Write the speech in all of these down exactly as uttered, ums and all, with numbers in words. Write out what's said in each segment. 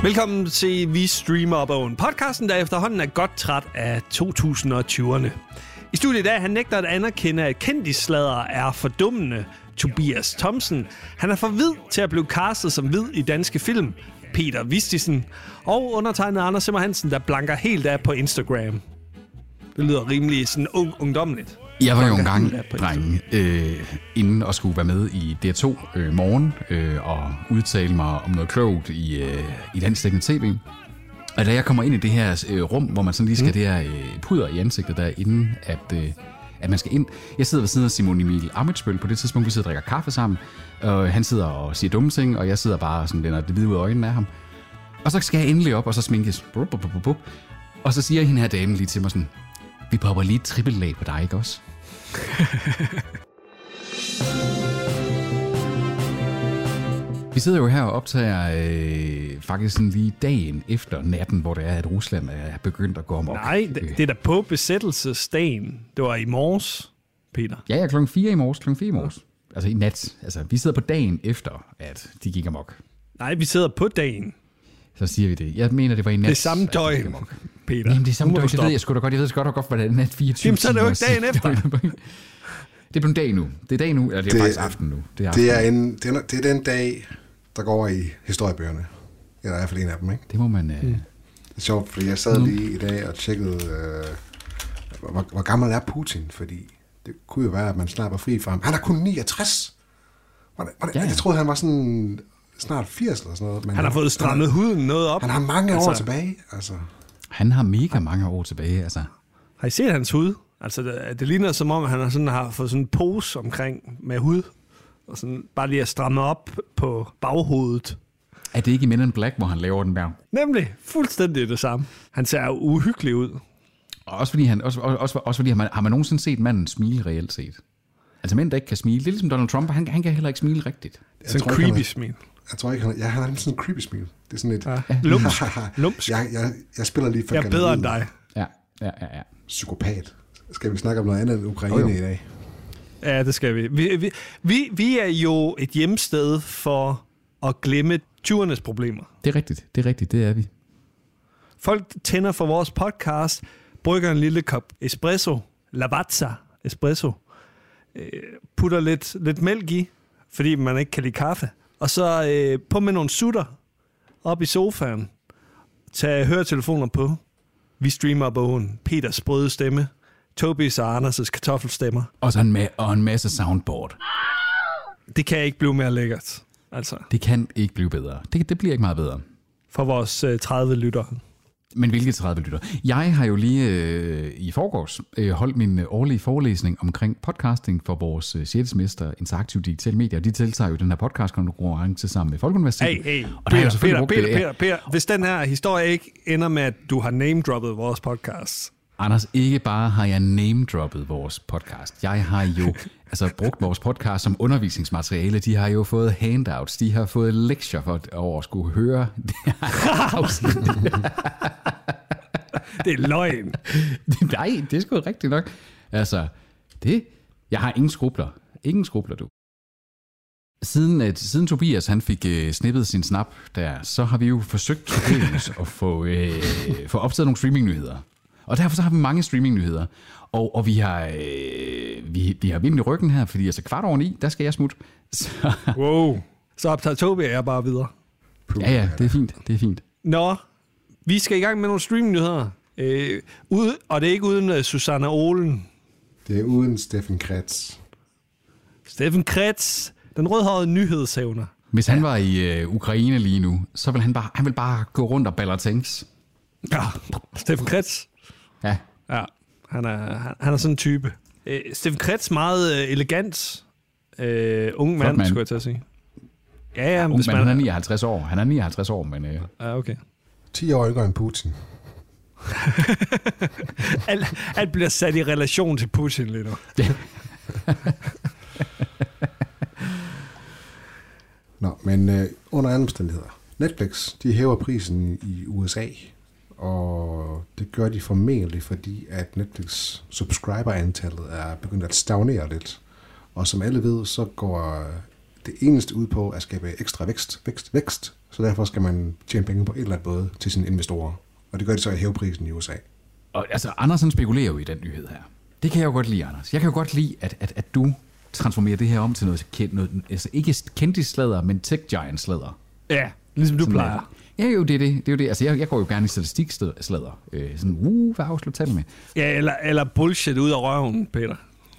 Velkommen til Vi Streamer Op Oven, podcasten, der efterhånden er godt træt af to tusind og tyverne. I studiet i dag, han nægter at anerkende, at kendisslader er fordummende. Tobias Thomsen, han er for hvid til at blive castet som hvid i danske film. Peter Vistisen og undertegnet Anders Simmer Hansen, der blanker helt af på Instagram. Det lyder rimelig sådan ung, ungdommeligt. Jeg var jo engang, dreng, øh, inden at skulle være med i D R to øh, morgen øh, og udtale mig om noget klogt i, øh, i landsdækkende tv. Og da jeg kommer ind i det her øh, rum, hvor man sådan lige skal mm. det her øh, puder i ansigtet der, inden at, øh, at man skal ind. Jeg sidder ved siden af Simon Emil Amitsbøl på det tidspunkt, vi sidder og drikker kaffe sammen. Og han sidder og siger dumme ting, og jeg sidder bare sådan lidt det hvide ud af øjnene af ham. Og så skal jeg endelig op, og så sminkes. Bup, bup, bup, bup. Og så siger hende her dame lige til mig sådan, vi popper lige et trippellag på dig, ikke også? Vi sidder jo her og optager øh, faktisk sådan lige dagen efter natten, hvor det er, at Rusland er begyndt at gå amok. Nej, det, det er da på besættelsesdagen. Det var i morges, Peter. Ja, ja, klokken fire i morges. Klokken fire i morges. Ja. Altså i nat. Altså, vi sidder på dagen efter, at de gik amok. Nej, vi sidder på dagen. Så siger vi det. Jeg mener, det var i nat. Det er samme døgn, Peter. Jamen, det er samme døgn, det ved jeg sgu da godt. Jeg ved sgu godt, hvordan det er nat fireogtyve. Jamen, så er det jo ikke dagen efter. Det er blevet dag nu. Det er dag nu, eller det er det, faktisk aften nu. Det er, aften. Det, er en, det, er, det er den dag, der går i historiebøgerne. Eller i hvert fald en af dem, ikke? Det må man... Øh... Mm. Det er sjovt, fordi jeg sad lige i dag og tjekkede, øh, hvor, hvor gammel er Putin, fordi det kunne jo være, at man snart var fri fra ham. Han er kun niogtres! Hvordan, hvordan, ja. Jeg troede, han var sådan snart firs eller sådan noget. Men han har fået strammet han, huden noget op. Han har mange altså, år tilbage, altså. Han har mega mange år tilbage, altså. Har I set hans hud? Altså, det, det ligner som om, han har, sådan, har fået sådan en pose omkring med hud, og sådan bare lige at stramme op på baghovedet. Er det ikke i Men in Black, hvor han laver den der? Nemlig, fuldstændig det samme. Han ser uhyggelig ud. Og også fordi, han, også, også, også fordi har, man, har man nogensinde set manden smile reelt set? Altså mænd, der ikke kan smile. Det er ligesom Donald Trump, han, han kan heller ikke smile rigtigt. Sådan en creepy smil. Jeg tror ikke, han, ja, han har sådan en creepy smil. Det er sådan et... Ja. Lumsk. Lumsk. Jeg, jeg, jeg spiller lige for... Jeg er bedre end dig. Ja, ja, ja, ja. Psykopat. Skal vi snakke om noget andet end Ukraine oh, i dag? Ja, det skal vi. Vi, vi, vi. vi er jo et hjemsted for at glemme tyvernes problemer. Det er rigtigt, det er rigtigt, det er vi. Folk tænder for vores podcast, brygger en lille kop espresso, Lavazza espresso, putter lidt, lidt mælk i, fordi man ikke kan lide kaffe, og så øh, på med nogle sutter op i sofaen, tag høretelefoner på, vi streamer op oven, Peters sprøde stemme, Tobis og Anders' kartoffelstemmer. Og så en, ma- og en masse soundboard. Det kan ikke blive mere lækkert. Altså. Det kan ikke blive bedre. Det, det bliver ikke meget bedre. For vores øh, tredive lyttere. Men hvilke tredive lytter? Jeg har jo lige øh, i forgårs øh, holdt min årlige forelæsning omkring podcasting for vores øh, sjette semester interaktive digitale medier. De deltager jo i den her podcastkonkurrence sammen med Folkeuniversitetet. Hey, hey, og der Peter, er Peter, Peter, Peter, Peter, Peter, hvis den her historie ikke ender med, at du har name-droppet vores podcast. Anders, ikke bare har jeg name-droppet vores podcast. Jeg har jo altså brugt vores podcast som undervisningsmateriale. De har jo fået handouts. De har fået lektier for over at skulle høre det her afsnit. Det er løgn. Nej, det er sgu rigtigt nok. Altså, det... Jeg har ingen skrubler. Ingen skrubler, du. Siden, at, siden Tobias han fik øh, snippet sin snap der, så har vi jo forsøgt at få, øh, få optaget nogle streamingnyheder. Og derfor så har vi mange streamingnyheder. Og, og vi har øh, vi, vi har vind i ryggen her, fordi altså kvart over ni, der skal jeg smutte. Så... Wow. Så optager Tobi er bare videre. Ja, ja, det er fint. Det er fint. Nå, vi skal i gang med nogle streamingnyheder. Øh, ude, og det er ikke uden uh, Susanne Olen. Det er uden Steffen Kretz. Steffen Kretz, den rødhårede nyhedshævner. Hvis han var i øh, Ukraine lige nu, så vil han bare, han vil bare gå rundt og baller tanks. Ja, Steffen Kretz. Ja. Ja, han er, han, han er sådan en type. Øh, Steffen Kretz, meget øh, elegant. Øh, ung mand, mand, skulle jeg til at sige. Ja, ja, ja hvis man, man... han er nioghalvtreds år. Han er nioghalvtreds år, men... Øh... Ja, okay. ti år yngre end Putin. alt, alt bliver sat i relation til Putin lige nu. Nå, men øh, under andre omstændigheder. Netflix, de hæver prisen i U S A, og det gør de formentlig, fordi at Netflix subscriber-antallet er begyndt at stagnere lidt. Og som alle ved, så går det eneste ud på at skabe ekstra vækst, vækst, vækst så derfor skal man tjene penge på et eller andet måde til sine investorer. Og det gør det så i hæveprisen i U S A. Og altså, Andersen spekulerer jo i den nyhed her. Det kan jeg jo godt lide, Anders. Jeg kan jo godt lide, at, at, at du transformerer det her om til noget, noget altså ikke kendis-sladder, men tech-giant-sladder. Ja, ligesom du Sådan plejer. Er. Ja, jo, det er det. det, er jo det. Altså, jeg, jeg går jo gerne i statistik-sladder. Øh, sådan, uh, hvad afslår tal med? Ja, eller, eller bullshit ud af røven, Peter.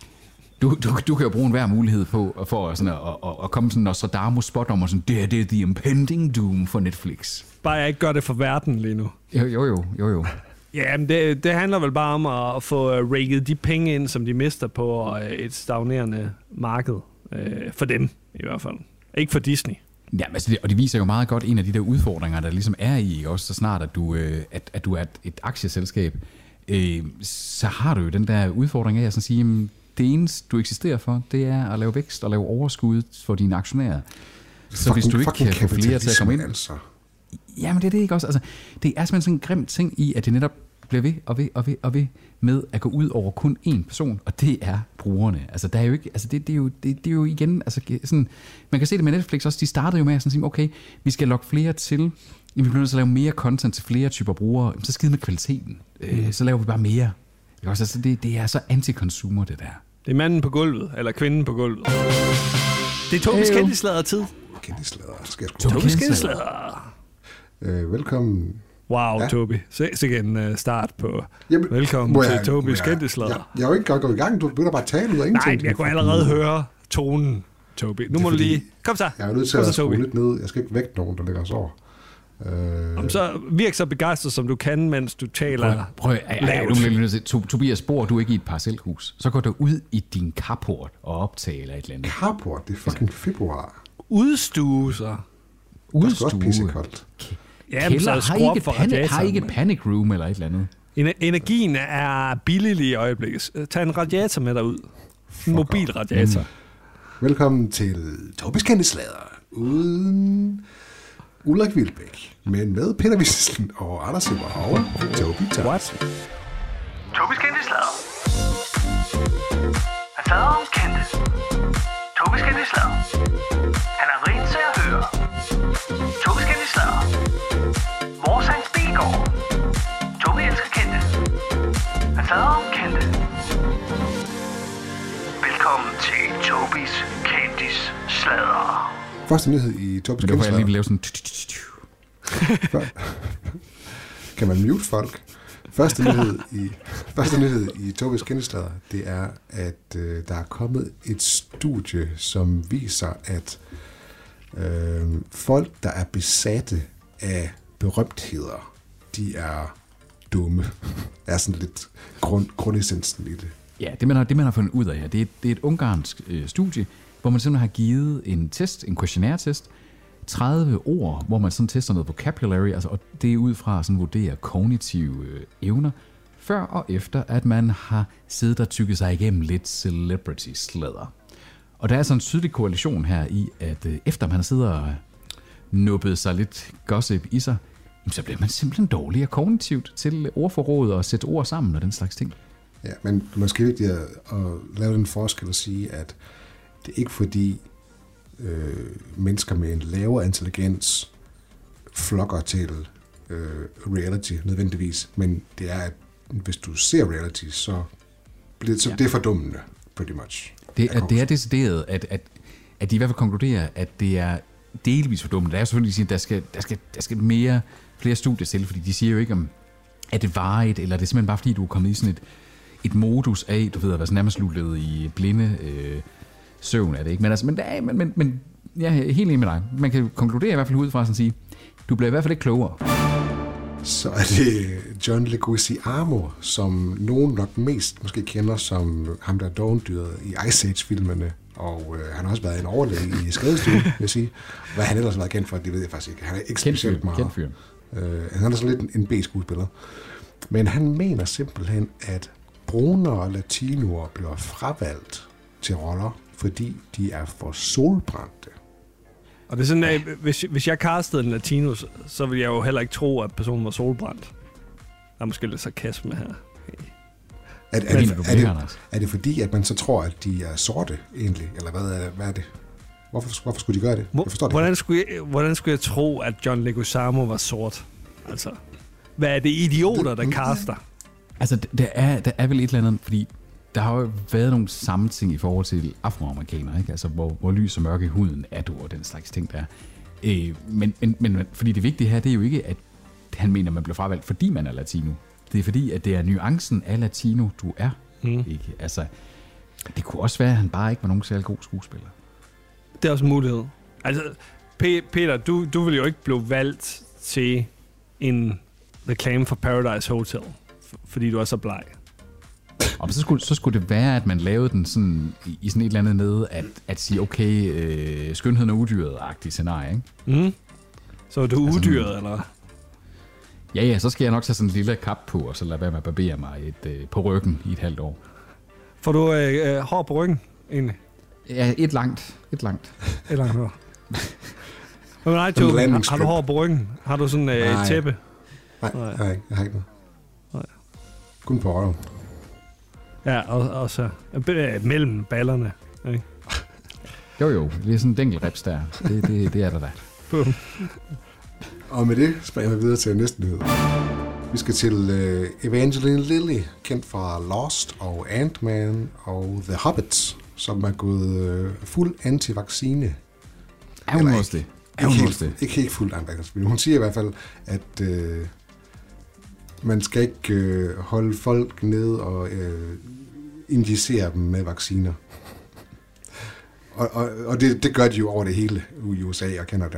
Du, du, du kan jo bruge enhver mulighed på for sådan at, at, at komme sådan Nostradamus spot om og sådan, det er det, the impending doom for Netflix. Bare jeg ikke gør det for verden lige nu. Jo, jo, jo, jo. jo. Ja, men det, det handler vel bare om at få raket de penge ind, som de mister på et stagnerende marked. Øh, for dem, i hvert fald. Ikke for Disney. Ja, altså det, og det viser jo meget godt en af de der udfordringer, der ligesom er i, også så snart, at du, øh, at, at du er et, et aktieselskab, øh, så har du jo den der udfordring af at sige, jamen, det eneste, du eksisterer for, det er at lave vækst og lave overskud for dine aktionærer. Så fucking, hvis du ikke kan få flere til at komme ind... Altså. Jamen det er det ikke også. Altså, det er simpelthen sådan en grim ting i, at det netop bliver ved og ved og ved og ved med at gå ud over kun én person, og det er brugerne. Altså der er jo ikke, altså det, det er jo det, det er jo igen, altså sådan, man kan se det med Netflix også. De startede jo med at sådan sige, okay, vi skal lokke flere til, vi bliver nødt til at lave mere content til flere typer brugere. Så skide med kvaliteten. Mm. Så laver vi bare mere. Det er, også, altså, det, det er så anti-consumer det der. Det er manden på gulvet eller kvinden på gulvet. Det er Tobis hey, kendisladder-tid. Kendisladder. Skal jeg sgu Tobis kendisladder. Øh, velkommen. Wow, ja. Tobi. Se igen uh, start på Jamen, velkommen jeg, til Tobis kendisladder. Jeg, jeg er jo ikke gået i gang. Du begynder bare at tale ud af ingenting. Nej, jeg kunne allerede høre tonen, Tobi. Nu må du lige... Kom så. Jeg er nødt til at skrue lidt ned. Jeg skal ikke vække nogen, der ligger og sover. Øh... Om så virk så begejstret, som du kan, mens du taler prøv, prøv, lavt. Tobias, bor du ikke i et parcelhus, så går du ud i din carport og optager et eller andet. Carport? Det er fucking februar. Udstue så. Udstue? Det er også pissekoldt. Ja, Kælder, har, I ikke panic, har I ikke et panic room eller et eller andet? Energien er billig i øjeblikket. Tag en radiator med derud. En mobil radiator. Mm. Velkommen til Tobis kendisladder uden Ulrik Wilbæk, men med Peter Wissel og Anders Simmer og Tobi Tars. What? Tobis kendisladder. Han fader om kendte. Tobis kendisladder. Han er rent til at høre. Tobis kendisladder. Vores Hans Bilgaard. Tobi elsker kendte. Han fader om kendte. Velkommen til Tobis kendisladder. Første nyhed i Tobis kendisladder. Men det var jeg lige lave sådan... Kan man mute folk? Første nyhed i, første nyhed i Tobis kendisladder, det er, at øh, der er kommet et studie, som viser, at øh, folk, der er besatte af berømtheder, de er dumme. Det er sådan lidt grund, grundessensen i det. Ja, det man har, det man har fundet ud af her, det er, det er et ungarsk øh, studie, hvor man simpelthen har givet en test, en questionnaire-test, tredive ord, hvor man sådan tester noget vocabulary, altså, og det er ud fra sådan vurdere kognitive øh, evner, før og efter, at man har siddet og tykket sig igennem lidt celebrity-sladder. Og der er sådan en tydelig korrelation her i, at øh, efter man har siddet og nubbet sig lidt gossip i sig, så bliver man simpelthen dårligere kognitivt til ordforråd og sætte ord sammen og den slags ting. Ja, men måske vigtigt at, at lave den forskel og sige, at det er ikke fordi øh, mennesker med en lavere intelligens flokker til øh, reality nødvendigvis, men det er, at hvis du ser reality, så bliver det, så ja. det er fordummende, pretty much. Det er, det er decideret, at, at, at de i hvert fald konkluderer, at det er delvis fordummende. Der er selvfølgelig at der skal, der skal, der skal mere, flere studier til, fordi de siger jo ikke, om er det varigt, eller er det simpelthen bare fordi, du er kommet i sådan et, et modus af, du ved, at være sådan nærmest lullet i blinde øh, søvn, er det ikke? Men, altså, men, der er, men, men, men jeg er helt enig med dig. Man kan konkludere i hvert fald ud fra at sige, du bliver i hvert fald ikke klogere. Så er det John Leguizamo, som nogen nok mest måske kender som ham, der er dovendyret i Ice Age-filmene. Og øh, han har også været en overlæge i skadestuen, vil jeg sige. Hvad han ellers har været kendt for, det ved jeg faktisk ikke. Han er ikke specielt meget. Kendt fyr. Øh, han er sådan lidt en, en B-skuespiller. Men han mener simpelthen, at brunere og latinoer bliver fravalgt til roller, fordi de er for solbrændte. Og det er sådan, at hvis, hvis jeg castede en latino, så ville jeg jo heller ikke tro, at personen var solbrændt. Der er måske lidt sarkasme her. Er, er, det, er, det, er det fordi, at man så tror, at de er sorte egentlig? Eller hvad er, hvad er det? Hvorfor, hvorfor skulle de gøre det? Jeg forstår det. Hvordan skulle jeg, hvordan skulle jeg tro, at John Leguizamo var sort? Altså, hvad er det idioter, der kaster? Altså, der er, der er vel et eller andet, fordi der har jo været nogle samme ting i forhold til afroamerikanere, ikke? Altså, hvor, hvor lys og mørke i huden er du, og den slags ting der. Øh, men, men, men fordi det vigtige her, det er jo ikke, at han mener, man bliver fravalgt, fordi man er latino. Det er fordi, at det er nuancen af latino, du er. Mm. Ikke? Altså, det kunne også være, at han bare ikke var nogen særlig god skuespiller. Det er også en mulighed. Altså, P- Peter, du, du vil jo ikke blive valgt til en reklame for Paradise Hotel, fordi du er så bleg. Og så skulle, så skulle det være, at man lavede den sådan, i sådan et eller andet nede, at, at sige, okay, øh, skønheden er udyret-agtigt scenarie, ikke? Mm. Så er du altså, udyret, eller? Ja, ja, så skal jeg nok tage sådan en lille kap på, og så lade være med at barbere mig et, øh, på ryggen i et halvt år. Får du øh, hår på ryggen, egentlig? Ja, et langt. Et langt. Et langt hår. Men nej, Joe, har, har du hår på ryggen? Har du sådan øh, et tæppe? Nej, nej, jeg har ikke, jeg har ikke noget. Nej. Kun på røven. Ja, og, og så øh, mellem ballerne, ikke? Jo, jo, det er sådan en dænkelrips der. Det, det, det er der da. Og med det springer vi videre til næste nyhed. Vi skal til uh, Evangeline Lilly, kendt fra Lost og Ant-Man og The Hobbit, som er gået uh, fuld anti-vaccine. Er hun også det? Er hun også det? Ikke helt fuldt anti-vaccine. Hun siger i hvert fald, at uh, man skal ikke uh, holde folk ned og uh, injicere dem med vacciner. og og, og det, det gør de jo over det hele i U S A og Canada.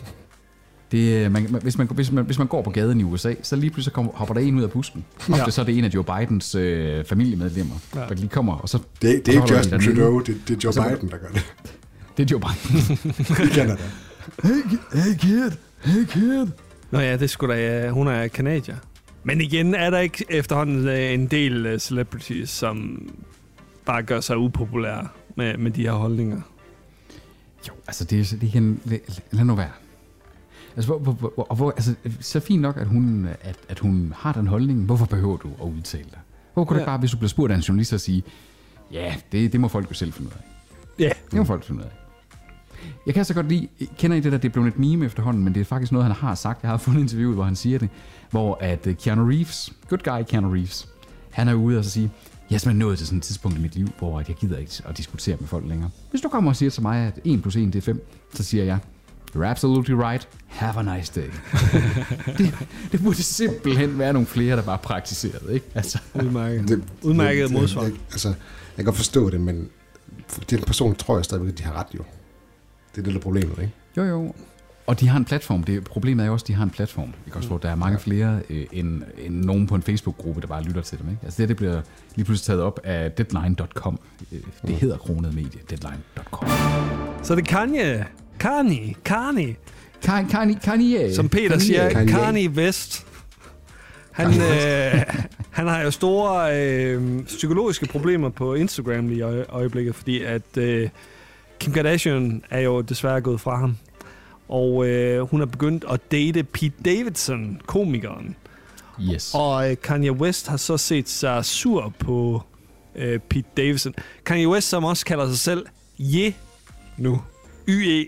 Det, man, hvis, man, hvis, man, hvis man går på gaden i U S A, så lige pludselig kommer, hopper der en ud af busken. Ofte ja. Så er det en af Joe Bidens øh, familiemedlemmer, ja. Der lige kommer. Og så, det, det er ikke Justin Trudeau, det, det er Joe så, Biden, der gør det. Det er Joe Biden. I Canada. Hey, hey kid, hey kid. Nå ja, det skulle da, hun er kanadier. Men igen, er der ikke efterhånden en del celebrities, som bare gør sig upopulære med, med de her holdninger? Jo, altså det, det kan... Lad, lad nu være. Altså, hvor, hvor, hvor, hvor, altså, så fint nok, at hun, at, at hun har den holdning. Hvorfor behøver du at udtale dig? Hvorfor kunne ja. du bare, hvis du bliver spurgt af en journalist, at sige, ja, det, det må folk jo selv finde ud af. Ja. Yeah. Det må folk finde ud af. Jeg kan så godt lide, kender I det der, det er blevet et meme efterhånden, men det er faktisk noget, han har sagt. Jeg har fundet interviewet, hvor han siger det, hvor at Keanu Reeves, good guy Keanu Reeves, han er ude og så sige, jeg er simpelthen nået til sådan et tidspunkt i mit liv, hvor jeg gider ikke at diskutere med folk længere. Hvis du kommer og siger til mig, at en plus en det er fem, så siger jeg, you're absolutely right. Have a nice day. det, det burde simpelthen være nogle flere, der bare praktiserede, ikke? Altså. Udmærket. Det, Udmærket modsvar. Jeg, altså, jeg kan forstå det, men den person tror jeg stadigvæk, at de har ret jo. Det er det, der problemet, ikke? Jo, jo. Og de har en platform. Det, problemet er jo også, at de har en platform. Ikke? Også, hvor der er mange flere øh, end, end nogen på en Facebook-gruppe, der bare lytter til dem. Ikke? Altså det, det bliver lige pludselig taget op af deadline punktum com. Det hedder kronet medie, deadline punktum com. Så det er Kanye. Kanye. Kanye. Kanye. Kanye. Som Peter Kanye. siger, Kanye, Kanye West. Han, øh, han har jo store øh, psykologiske problemer på Instagram lige i øjeblikket, fordi at øh, Kim Kardashian er jo desværre gået fra ham. Og øh, hun er begyndt at date Pete Davidson, komikeren. Yes. Og øh, Kanye West har så set sig sur på øh, Pete Davidson. Kanye West, som også kalder sig selv Ye nu. Y E.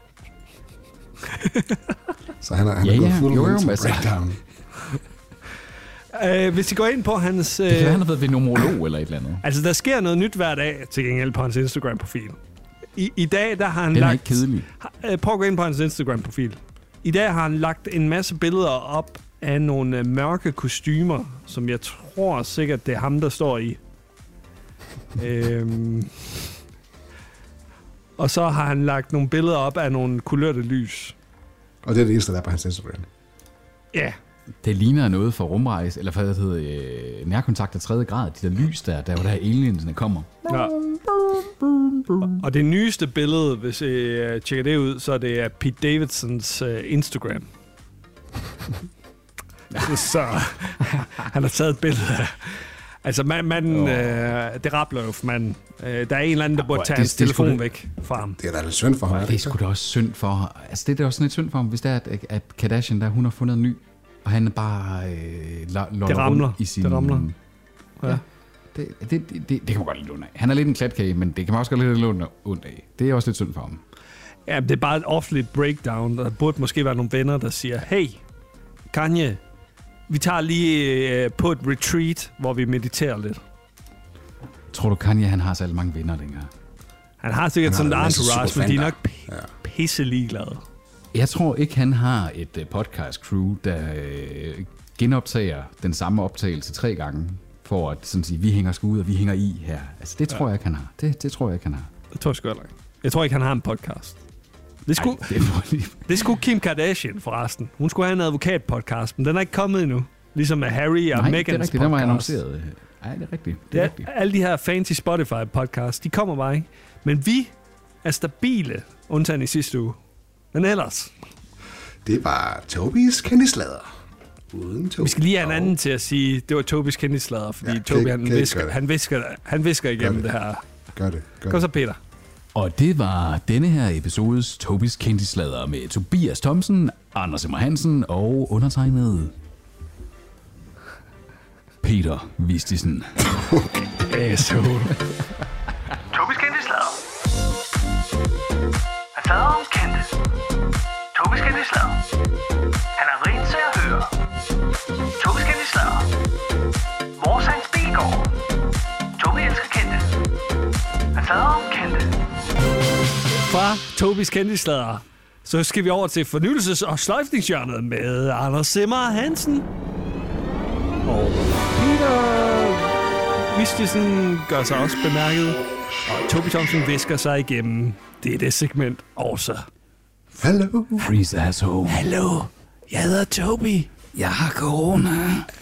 Så han er, han ja, er gået ja. fuld jo, jo, mental altså. breakdown. Uh, hvis I går ind på hans... Uh, det kan være, han har været ved numerolog eller et eller andet. Altså, der sker noget nyt hver dag til gengæld på hans Instagram-profil. I, I dag, der har han Den lagt... er ikke kedelig. Uh, prøv at gå ind på hans Instagram-profil. I dag har han lagt en masse billeder op af nogle uh, mørke kostymer, som jeg tror sikkert, det er ham, der står i. øhm, og så har han lagt nogle billeder op af nogle kulørte lys. Og det er det eneste, der er på hans Instagram. Ja. Yeah. Det ligner noget for rumrejse, eller hvad det hedder, øh, nærkontakt af tredje grad. De der lys der, der hvor der aliensene kommer. Ja. Og det nyeste billede, hvis I uh, tjekker det ud, så er det uh, Pete Davidsons uh, Instagram. Så han har taget et billede af... Altså, man, man, oh. øh, det rappler jo for manden. Øh, der er en eller anden, der burde tage hans telefon det, væk fra ham. Det er da lidt synd for ham. Det er sgu da også synd for... Altså, det er da også lidt synd for ham, hvis det er, at, at Kardashian, der hun har fundet en ny, og han er bare øh, lodder rundt i sin... Det ramler. Ja. ja. Det det, det, det, det, det kan man godt lidt ondt af. Han er lidt en klatkage, men det kan man også godt lidt ondt af. Det er også lidt synd for ham. Ja, det er bare et offentligt breakdown. Der burde måske være nogle venner, der siger, hey, Kanye, vi tager lige øh, på et retreat, hvor vi mediterer lidt. Tror du, Kanye, han har så alle mange venner længere? Han har sikkert sådan et entourage, men de er nok p- ja. pisse ligeglade. Jeg tror ikke, han har et uh, podcast-crew, der uh, genoptager den samme optagelse tre gange, for at sådan sige, vi hænger sgu ud, og vi hænger i her. Altså, det tror ja. jeg ikke, han har. Det, det tror jeg ikke, han har. Det tror jeg sgu ikke. Jeg tror ikke, han har en podcast. Det skulle, Ej, det, det skulle Kim Kardashian forresten. Hun skulle have en advokatpodcast, men den er ikke kommet endnu. Ligesom med Harry og Nej, Megans podcast. det er rigtigt, den var annonceret. Nej, det er rigtigt. Det er ja, rigtigt. alle de her fancy Spotify-podcasts, de kommer bare ikke. Men vi er stabile, undtagen i sidste uge. Men ellers... Det var Tobis kendisladder. Uden Tobi. Vi skal lige have en anden til at sige, det var Tobis kendisladder, fordi Ja, ja, Tobi, kan- han, kan ikke visker, gøre det. han, visker, han visker igennem det. det. det her. Gør det. Gør Kom det. så, Peter. Og det var denne her episodes Tobis kendisladder med Tobias Thomsen, Anders Emmer Hansen og undertegnet Peter Vistisen. Asshole. Tobis kendisladder. Han slader om kendte. Tobis kendisladder. Han er rent til at høre. Tobis kendisladder. Vores Hans Bilgaard. Tobi elsker kendte. Han slader om kendte. Fra Tobis kendisladder, så skal vi over til fornyelses- og sløjfningshjørnet med Anders Emmer Hansen. Og Peter Vistisen gør sig også bemærket, og Tobi Thomsen visker sig igennem dette segment også. Hallo. Freeze asshole. Hallo, jeg hedder Tobi. Jeg har corona.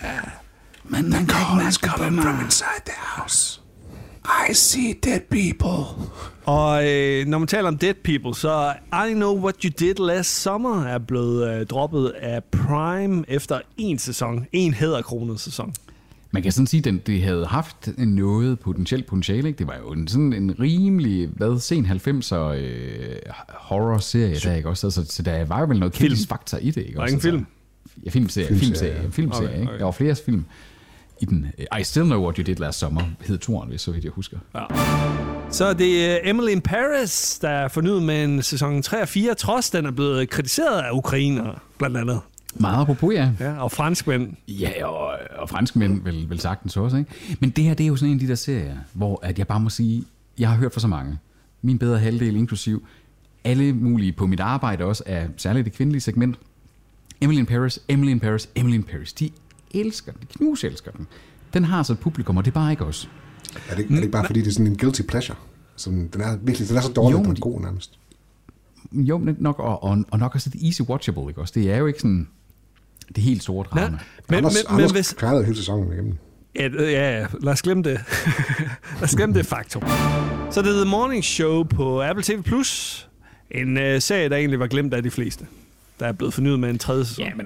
Men man kan ikke mærke på mig. From inside the house. I see dead people. Og øh, når man taler om dead people, så I Know What You Did Last Summer er blevet øh, droppet af Prime efter en sæson. En hæderkronet sæson. Man kan sådan sige, at det havde haft noget potentielt potentiale. Ikke? Det var jo en, sådan en rimelig, hvad, sen halvfemser øh, horror-serie, der, ikke også? Altså, så der var jo vel noget kendisfaktor i det, ikke Der er også? ingen film. Ja, filmserie, Filmserie, filmserie, ja. filmserie, Okay, ikke? okay. Der var flere film i den. I Still Know What You Did Last Summer hed toren, hvis så vidt jeg husker. Ja. Så er det uh, Emily in Paris, der er fornyet med en sæson tre og fire, trods den er blevet kritiseret af ukrainere, blandt andet. Meget apropos, ja. Ja, og franskmænd. Ja, og, og franskmænd vel, vel sagtens også, ikke? Men det her, det er jo sådan en af de der serier, hvor at jeg bare må sige, jeg har hørt for så mange. Min bedre halvdel inklusiv. Alle mulige på mit arbejde også, er særligt det kvindelige segment. Emily in Paris, Emily in Paris, Emily in Paris. De elsker den, de knuselsker den. Den har så et publikum, og det er bare ikke os. Er det, er det ikke bare fordi, det er sådan en guilty pleasure? Som, den er virkelig, den er så dårlig, Jo, at den de- er god nærmest. Jo, nok, og, og, og nok også et easy watchable, ikke også? Det er jo ikke sådan det helt store drama. Ja, Ja. men, Anders, men, men Anders hvis... klarede hele sæsonen igennem. Ja, ja, ja, lad os glemme det. Lad os glemme det faktum. Så det er The Morning Show på Apple T V plus. En uh, serie, der egentlig var glemt af de fleste. Der er blevet fornyet med en tredje sæson. Ja, men,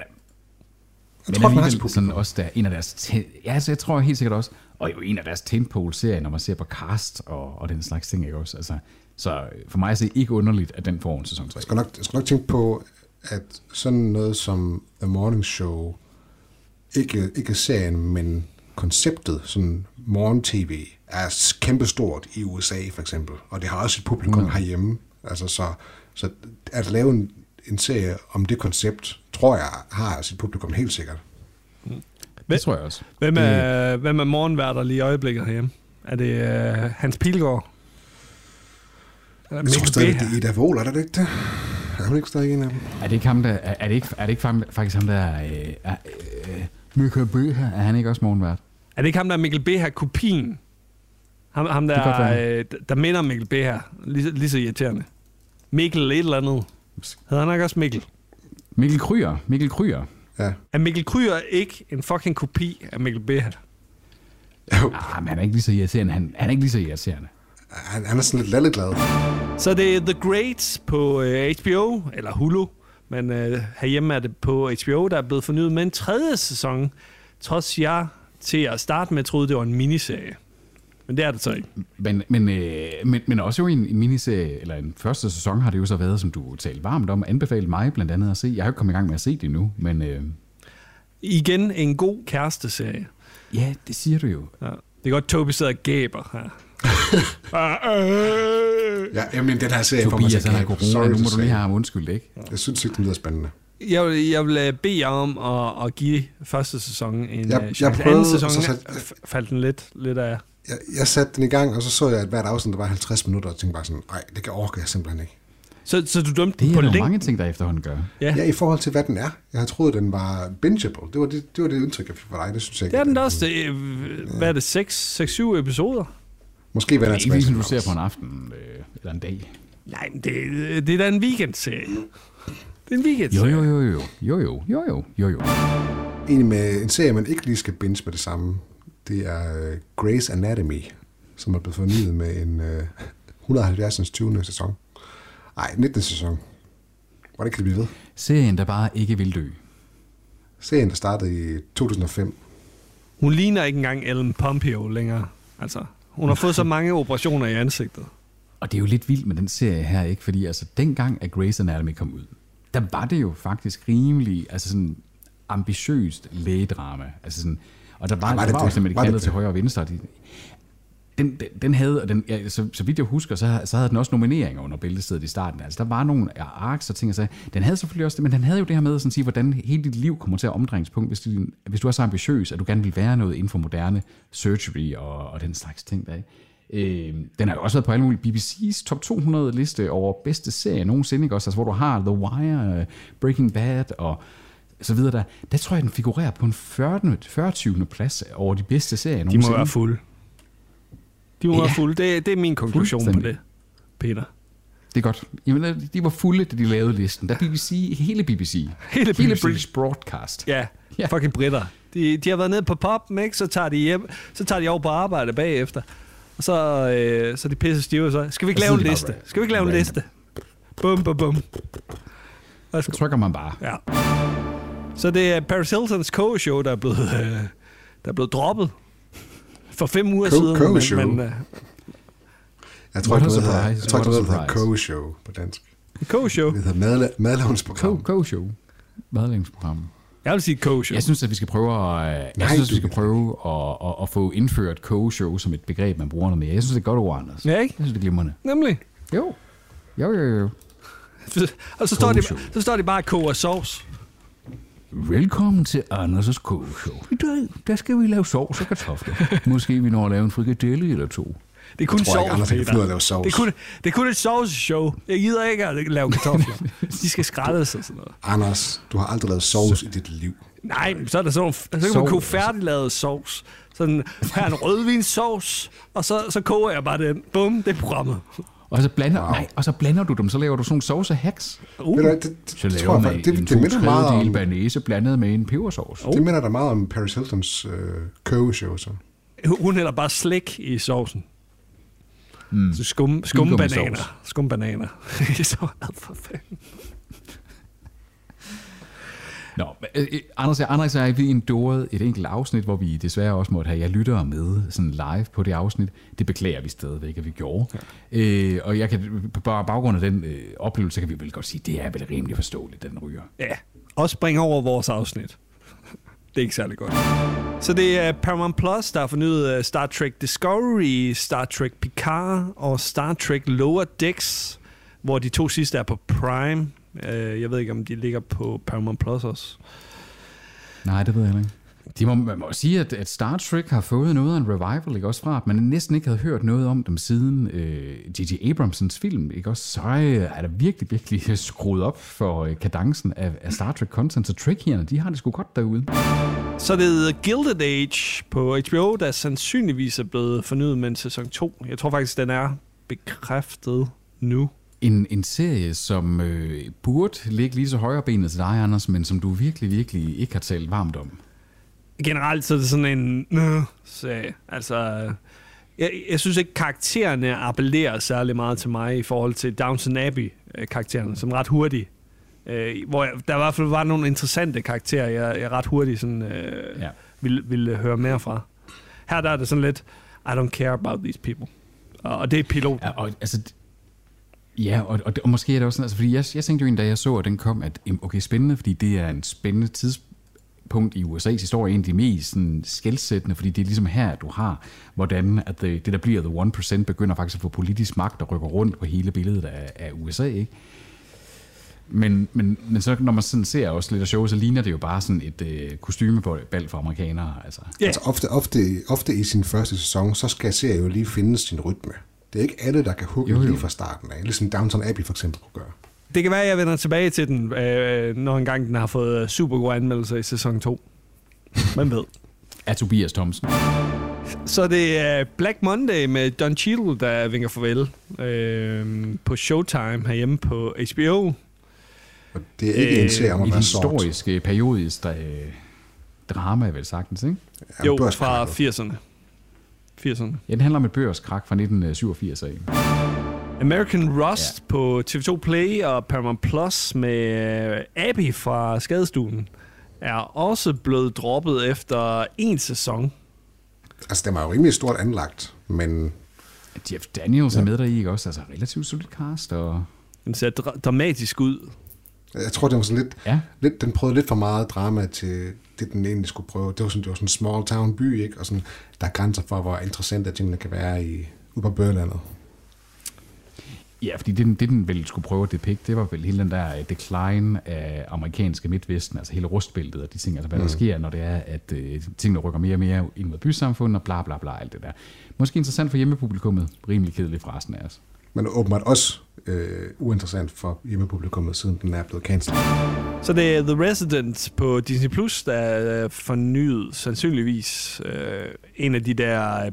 Jeg men tror, den har sit alligevel publikum. sådan også der, en af deres... Te- ja, altså, jeg tror helt sikkert også, og jo en af deres tentpole-serier, når man ser på cast og, og den slags ting, ikke også? Altså, så for mig er det ikke underligt, at den får en sæson tre. Jeg skal, nok, jeg skal nok tænke på, at sådan noget som The Morning Show, ikke, ikke serien, men konceptet, sådan morgen-tv, er kæmpestort i U S A for eksempel, og det har også et publikum mm. herhjemme. Altså, så, så at lave en, en serie om det koncept, tror jeg, har sit publikum helt sikkert. Det tror jeg også. Hvem er, hvem er morgenværter lige i øjeblikket herhjemme? Er det uh, Hans Pilgaard? Eller Jeg tror Mikkel stadig, Beha? det er Ida Vohl, er det ikke det? Er hun ikke stadig en af dem? Er det ikke ham, der... Er, er det ikke, er det ikke fam- faktisk ham, der er... Øh, er øh, Mikkel Beha, er han ikke også morgenvært? Er det ikke ham, der er Mikkel Beha kopien? Ham, ham Det kan godt der, være. øh, der minder om Mikkel Beha. Lige, lige så irriterende. Mikkel et eller andet. Hedder han ikke også Mikkel? Mikkel Kryger. Mikkel Kryger. Ja. Er Mikkel Kryger ikke en fucking kopi af Mikkel Beha? Jo, Ah, men han er ikke lige så irriterende. Han, han er ikke lige så irriterende. han, han er sådan lidt lalleglad. Så det er The Great på øh, H B O, eller Hulu. Men øh, herhjemme er det på H B O, der er blevet fornyet med en tredje sæson. Trods jeg til at starte med troede, det var en miniserie. Men det er det så ikke. Men, men, øh, men, men også jo i en, en miniserie, eller en første sæson, har det jo så været, som du talte varmt om, anbefalet mig blandt andet at se. Jeg har jo ikke kommet i gang med at se det endnu, men... Øh, Igen en god kæresteserie. ja, det siger du jo. Ja. Det er godt, Toby sidder og gæber her. Ja, jamen, den her serie får mig Tobias, til han at har gæbe. corona, nu må to du lige say. have ham undskyld, ikke? Jeg synes ikke, det lyder spændende. Jeg vil, jeg vil bede jer om at, at give første sæson en Jeg- øh, jeg chance. prøvede, Anden sæson og så sat- f- faldt den lidt, lidt af. Jeg, jeg satte den i gang, og så så jeg, at hvert afsnit der var halvtreds minutter, og tænkte bare sådan, nej, det kan orker jeg simpelthen ikke. Så, så du dømte Det den er på der længden? mange ting, der efterhånden gør. Ja. Ja, i forhold til, hvad den er. Jeg havde troet, den var bingeable. Det var det, det, var det indtryk, jeg fik fra dig. Det synes jeg ikke. Det er den da også. Det, er, hvad er det? seks syv episoder? Måske vender jeg Ikke tilbage ligesom til du ser House. på en aften øh, eller en dag. Nej, men det, det er da en weekendserie. Det er en Jo, weekendserie. jo, jo, jo, jo, jo, jo, jo, jo, jo. En med en serie, man ikke lige skal binge med det samme, det er uh, Grey's Anatomy, som er blevet fornyet med en uh, et hundrede og halvfjerds tyvende sæson. Nej, nittende sæson. Hvordan kan det blive ved? Serien, der bare ikke vil dø. Serien, der startede i to tusind og fem. Hun ligner ikke engang Ellen Pompeo længere. Altså, hun har fået så mange operationer i ansigtet. Og det er jo lidt vildt med den serie her, ikke? Fordi altså, dengang, at Grey's Anatomy kom ud, der var det jo faktisk rimelig, altså sådan ambitiøst lægedrama. Altså sådan, og der var, Ja, var der det var det? også simpelthen Var det kaldet det? til højre og venstre. De, den, den, den havde, og den, ja, så, så vidt jeg husker, så, så havde den også nomineringer under bæltestedet i starten. Altså, der var nogle arcs og ting, og så, den havde selvfølgelig også det, men den havde jo det her med at sådan sige, hvordan hele dit liv kommer til at omdrejningspunkt, hvis, du, hvis du er så ambitiøs, at du gerne vil være noget inden for moderne surgery og, og den slags ting der, ikke? Øh, den har jo også været på alle mulige B B C's top to hundrede liste over bedste serie nogensinde, ikke? Også, altså, hvor du har The Wire, Breaking Bad og så videre der. Der tror jeg, den figurerer på en fyrre plads over de bedste serier De nogensinde. må være fulde. De må Ja. være fulde. Det, det er min konklusion på Fuldstændig. det, Peter. Det er godt. Jamen, de var fulde, da de lavede listen. Der B B C, hele B B C. Hele B B C. hele British Broadcast. Ja, Ja. fucking britter. De, de har været nede på pop, ikke? Så tager de hjem, så tager de over på arbejde bagefter. Og så, øh, så er de pisse stive, så skal vi ikke Og lave en så er de liste? bare Skal vi ikke lave en random. liste? Bum, bum, bum. Så trykker man bare. Ja. Så det er Paris Hiltons Coe-show, der er blevet, øh, der er blevet droppet for fem uger Co- siden. Coe-show? Men, men, uh, Jeg tror What ikke, a det hedder, jeg surprise, tror ikke, what a det hedder surprise. Co-show på dansk. Coe-show. Det hedder madla- madlavningsprogram. Co-show. Madlægningsprogram. Jeg vil sige Coe-show. Jeg synes, at vi skal prøve at, jeg Nej, synes, at vi du- skal prøve at, at, at få indført co-show som et begreb, man bruger noget mere. Jeg synes, det er et godt ord, Anders. Ja, ikke? Jeg synes, det er glimrende. Nemlig. Jo. Jo, jo, jo. Og så står, de, Coe-show. så står de bare og koger sovs. Velkommen til Anders' co-show. I dag, der skal vi lave sovs og kartofler. Måske vi når at lave en frikadelle eller to. Det er kun Jeg tror ikke, sovs, Anders kan Peter. finde ud af at lave sovs. Det er kun, det er kun et sovs-show. Jeg gider ikke at lave kartofler. De skal skrælles og sådan noget. Anders, du har aldrig lavet sovs i dit liv. Nej, men så er der sådan nogle, så kan man Sovs. koge færdiglavet sovs. Sådan, her er en rødvinssovs, og så, så koger jeg bare den. Bum, det er programmet. Og så blander, Wow. nej, og så blander du dem, så laver du sådan nogle sauce-hacks. Uh, Ved du hvad, det, det, Så det, laver tror jeg, man faktisk- en det, to det, minder meget tredjedel om, banæse blandet med en pebersauce. det minder der meget om Paris Hiltons øh, co-show. Så. hun hælder bare slik i sovsen. Mm. Så skum, skumbananer. Skumgummisauce. Skumbananer. Så ad for fanden. Nå, øh, øh, Anders, Anders og jeg, vi endurede et enkelt afsnit, hvor vi desværre også måtte have jer lyttere med sådan live på det afsnit. Det beklager vi stadigvæk, at vi gjorde. Ja. Øh, og jeg kan, på baggrund af den øh, oplevelse, kan vi vel godt sige, det er vel rimelig forståeligt, den ryger. Ja, også spring over vores afsnit. Det er ikke særlig godt. Så det er Paramount Plus, der har fornyet uh, Star Trek Discovery, Star Trek Picard og Star Trek Lower Decks, hvor de to sidste er på Prime. Uh, jeg ved ikke, om de ligger på Paramount Plus også. Nej, det ved jeg heller ikke. De må, man må sige, at, at Star Trek har fået noget af en revival, ikke? Også fra, at man næsten ikke havde hørt noget om dem siden øh, J J Abramsons film. Ikke? Også så øh, er der virkelig, virkelig skruet op for øh, kadencen af, af Star Trek-content, så Trekkierne, de har det sgu godt derude. Så det er The Gilded Age på H B O, der sandsynligvis er blevet fornyet med en sæson to. Jeg tror faktisk, den er bekræftet nu. En, en serie, som øh, burde ligge lige så højrebenet til dig, Anders, men som du virkelig, virkelig ikke har talt varmt om. Generelt så er det sådan en øh, serie. Altså, jeg, jeg synes ikke, karaktererne appellerer særlig meget til mig i forhold til Downton Abbey-karaktererne, som er ret hurtige. Øh, hvor jeg, der i hvert fald var nogle interessante karakterer, jeg, jeg ret hurtigt sådan, øh, Ja. ville, ville høre mere fra. Her der er det sådan lidt, I don't care about these people. Og, og det er piloten. Ja, og, altså, ja, og, og, og måske er det også sådan, altså, fordi jeg, jeg tænkte jo en, da jeg så, at den kom, at okay, spændende, fordi det er en spændende tidsperiode punkt i U S A's historie, en af de mest sådan, skelsættende, fordi det er ligesom her, du har, hvordan at det, det der bliver the one percent, begynder faktisk at få politisk magt og rykker rundt på hele billedet af, af U S A, ikke? Men, men, men så når man sådan ser også lidt af show, så ligner det jo bare sådan et øh, kostymebal for amerikanere. Altså. Yeah. altså ofte, ofte, ofte i sin første sæson, så skal serien jo lige finde sin rytme. Det er ikke alle, der kan hugge lige fra starten af, ligesom Downton Abbey for eksempel kunne gøre. Det kan være, at jeg vender tilbage til den, øh, når engang den har fået super gode anmeldelser i sæson to. Man ved. Af Tobias Thomsen. Så det er Black Monday med Don Cheadle, der vinker farvel øh, på Showtime herhjemme på H B O. Og det er ikke øh, en serie om at være sort. Et historisk, periodisk øh, drama, vel sagtens, ikke? Ja, jo, fra firserne. firserne. Ja, den handler om et børskrak fra nitten syvogfirs af. American Rust ja. på T V to Play og Paramount Plus med Abby fra Skadestuen er også blevet droppet efter en sæson. Altså, det var jo rimelig stort anlagt, men... Jeff Daniels ja. er med der i, ikke også? Altså, relativt solid cast, og... Den ser dra- dramatisk ud. Jeg tror, det var sådan lidt, ja. lidt... Den prøvede lidt for meget drama til det, den egentlig skulle prøve. Det var sådan, det var sådan en small town by, ikke? Og sådan, der er grænser for, hvor interessante tingene kan være i, ude på Bøgelandet. Ja, fordi det, det, den vel skulle prøve at depikte, det var vel hele den der decline af amerikanske midtvesten, altså hele rustbæltet og de ting, altså hvad mm. der sker, når det er, at uh, tingene rykker mere og mere ind mod bysamfundet og bla bla bla, alt det der. Måske interessant for hjemmepublikummet, rimelig kedeligt for resten af os. Men åbenbart også øh, uinteressant for hjemmepublikummet, siden den er blevet cancelled. Så det er The Resident på Disney Plus, der er fornyet, sandsynligvis øh, en af de der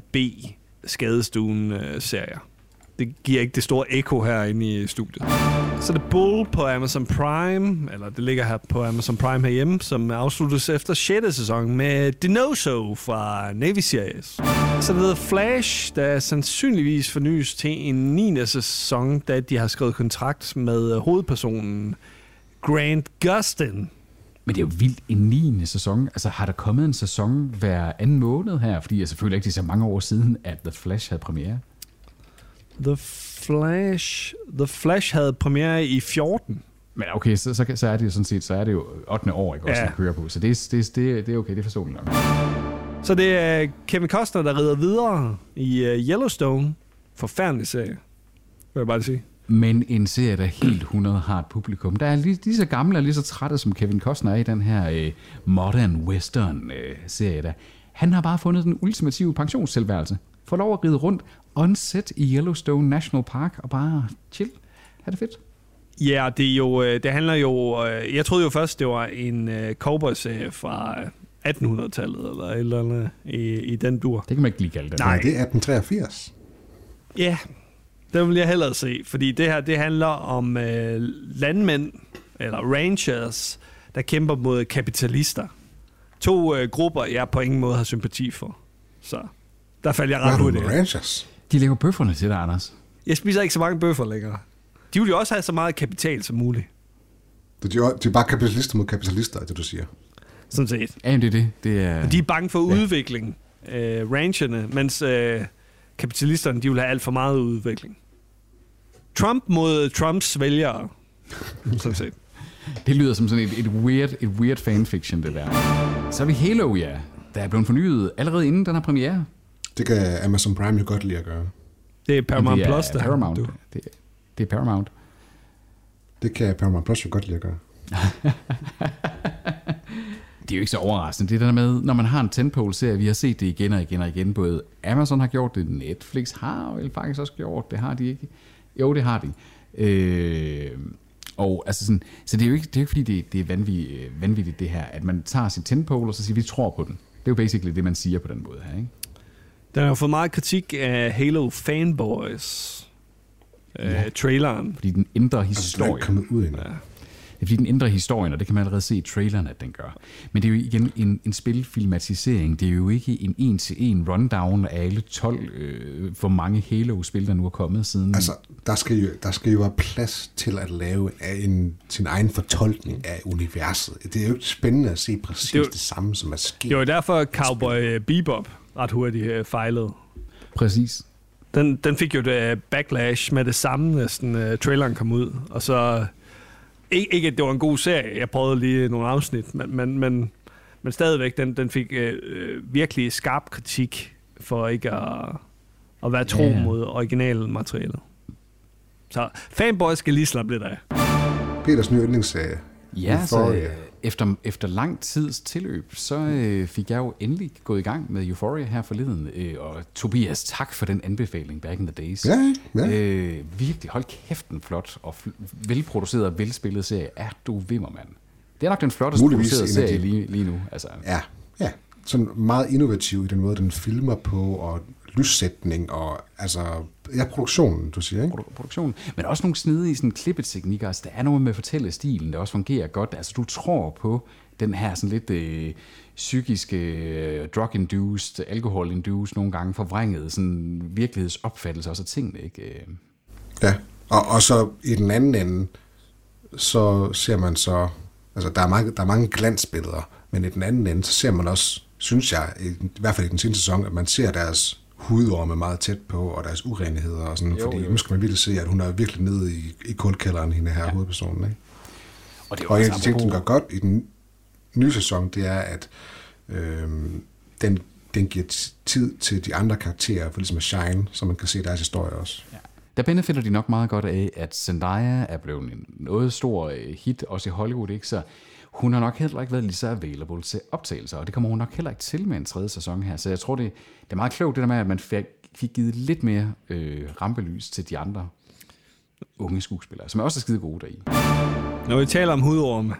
B-skadestuen-serier. Det giver ikke det store ekko herinde i studiet. Så det Bull på Amazon Prime, eller det ligger her på Amazon Prime herhjemme, som afsluttes efter sjette sæson med Dinoso fra Navy Series. Så det hedder Flash, der sandsynligvis fornyes til en niende sæson, da de har skrevet kontrakt med hovedpersonen Grant Gustin. Men det er jo vildt en niende sæson. Altså har der kommet en sæson hver anden måned her? Fordi jeg selvfølgelig ikke det er så mange år siden, at The Flash havde premiere. The Flash, The Flash havde premiere i fjorten. Men okay, så, så, så er det jo sådan set, så er det jo ottende år, ikke, også, ja. at køre på. Så det, det, det, det er okay, det er forståeligt nok. Så det er Kevin Costner, der rider videre i Yellowstone. Forfærdelig serie, vil jeg bare sige. Men en serie, der helt hundrede har et publikum. Der er lige, lige så gamle og lige så trætte, som Kevin Costner er i den her øh, modern western-serie øh, der. Han har bare fundet den ultimative pensionstilværelse. Får lov at ride rundt on-set i Yellowstone National Park og bare chill. Er det fedt? Ja, det er jo, det handler jo... Jeg troede jo først, det var en cowboy-serie fra attenhundredetallet eller et eller andet i, i den dur. Det kan man ikke lige kalde det. Nej, det er atten treogfirs. Ja, det vil jeg hellere se, fordi det her, det handler om øh, landmænd, eller ranchers, der kæmper mod kapitalister. To øh, grupper, jeg på ingen måde har sympati for. Så der faldt jeg ret ud i det. Ranchers? De lægger bøfferne til dig, Anders. Jeg spiser ikke så mange bøffer længere. De vil jo også have så meget kapital som muligt. Det er, de er bare kapitalister mod kapitalister, det du siger. Sådan set. Ja, det er det. det er... De er bange for ja. udvikling, øh, rancherne, mens øh, kapitalisterne, de vil have alt for meget udvikling. Trump mod Trumps vælgere. Sådan set. Det lyder som sådan et, et, weird, et weird fanfiction, det der. Så er vi Halo, ja. Der er blevet fornyet allerede inden den her premiere. Det kan Amazon Prime jo godt lide at gøre. Det er Paramount Plus, der Paramount. Det, det, det er Paramount. Det kan Paramount Plus jo godt lide at gøre. Det er jo ikke så overraskende. Det der med, når man har en tentpole-serie, vi har set det igen og igen og igen. Både Amazon har gjort det, Netflix har vel faktisk også gjort det. Har de ikke? Jo, det har de. Øh, og altså sådan, så det er jo ikke, det er jo ikke fordi, det, det er vanvittigt, vanvittigt det her, at man tager sin tentpole, og så siger, vi tror på den. Det er jo basically det, man siger på den måde her, ikke? Den har jo fået meget kritik af Halo Fanboys. Ja. Øh, traileren. Fordi den ændrer historien. Altså, den er kommet ud endnu. Ja. Det er fordi, den ændrer historien, og det kan man allerede se i traileren, at den gør. Men det er jo igen en, en spilfilmatisering. Det er jo ikke en en-til-en rundown af alle tolv, øh, hvor mange Halo-spil, der nu er kommet siden. Altså, der skal jo, der skal jo være plads til at lave en, en, sin egen fortolkning af universet. Det er jo ikke spændende at se præcis det, jo, det samme, som er sket. Det var derfor Cowboy Bebop ret hurtigt fejlede. Præcis. Den, den fik jo det backlash med det samme, næsten uh, traileren kom ud. Og så... Ikke, ikke, at det var en god serie. Jeg prøvede lige nogle afsnit, men, men, men Men stadigvæk, den, den fik øh, virkelig skarp kritik for ikke at, at være tro yeah. mod originalmaterialet. Så fanboys skal lige slappe lidt af. Peters nye yndlingsserie. Ja, så øh, efter, efter lang tids tilløb, så øh, fik jeg jo endelig gået i gang med Euphoria her forleden. Øh, og Tobias, tak for den anbefaling back in the days. Ja, ja. Øh, virkelig, hold kæft en flot og fl- velproduceret og velspillet serie. Er du vimmer, mand. Det er nok den flotteste producerede serie de... lige, lige nu. Altså. Ja, ja. Sådan meget innovativ i den måde, den filmer på, og lyssætning, og altså, ja, produktionen, du siger, ikke? Produ- produktionen, men også nogle snedige sådan klippeteknikker. Altså, der er noget med fortællestilen, der også fungerer godt. Altså, du tror på den her sådan lidt øh, psykiske, øh, drug-induced, alkohol-induced, nogle gange forvrængede sådan virkelighedsopfattelse også af tingene, ikke? Ja, og, og så i den anden ende, så ser man så, altså der er mange, der er mange glansbilleder, men i den anden ende, så ser man også, synes jeg, i, i hvert fald i den seneste sæson, at man ser deres hudorme meget tæt på, og deres urenheder og sådan, jo, fordi jo. Nu skal man virkelig se, at hun er virkelig nede i, i kuldkælderen, hende her ja. hovedpersonen, ikke? Og, det er og en af de ting, som gør godt i den nye sæson, det er, at øhm, den, den giver tid til de andre karakterer, for ligesom at shine, så man kan se deres historie også. Ja. Der benefitter de nok meget godt af, at Zendaya er blevet en noget stor hit, også i Hollywood, ikke? Så hun har nok heller ikke været lige så available til optagelser, og det kommer hun nok heller ikke til med en tredje sæson her. Så jeg tror, det, det er meget klogt, det der med, at man fik, fik givet lidt mere øh, rampelys til de andre unge skuespillere, som er også skide gode deri. Når vi taler om hudorme.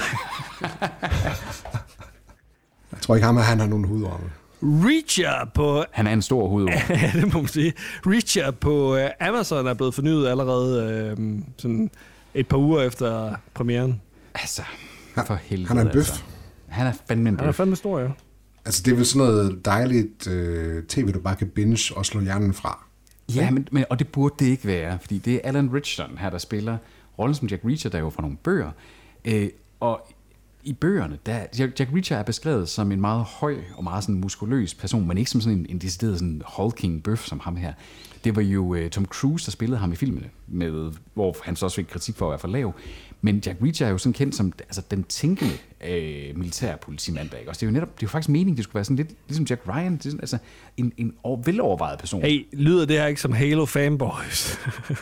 Jeg tror ikke ham, at han har nogen hudorme. Reacher på... Han er en stor hudorme. Ja, det må man sige. Reacher på uh, Amazon er blevet fornyet allerede uh, sådan et par uger efter premieren. Altså, for helvede. Han er en bøf. Altså. Han er fandme en bøf. Han er fandme stor, ja. Altså, det er vel sådan noget dejligt øh, tv, du bare kan binge og slå hjernen fra. Ja, men, men, og det burde det ikke være, fordi det er Alan Ritchson her, der spiller rollen som Jack Reacher, der er jo fra nogle bøger. Øh, og i bøgerne, der, Jack, Jack Reacher er beskrevet som en meget høj og meget sådan muskuløs person, men ikke som sådan en, en decideret sådan hulking bøf som ham her. Det var jo uh, Tom Cruise, der spillede ham i filmene, med, hvor han så også fik kritik for at være for lav. Men Jack Reacher er jo sådan kendt som altså, den tænkende øh, militærpolitimand. Ikke? Og det er jo netop, det er jo faktisk meningen, det skulle være sådan lidt ligesom Jack Ryan, det er sådan, altså en, en velovervejet person. Hey, lyder det her ikke som Halo fanboys?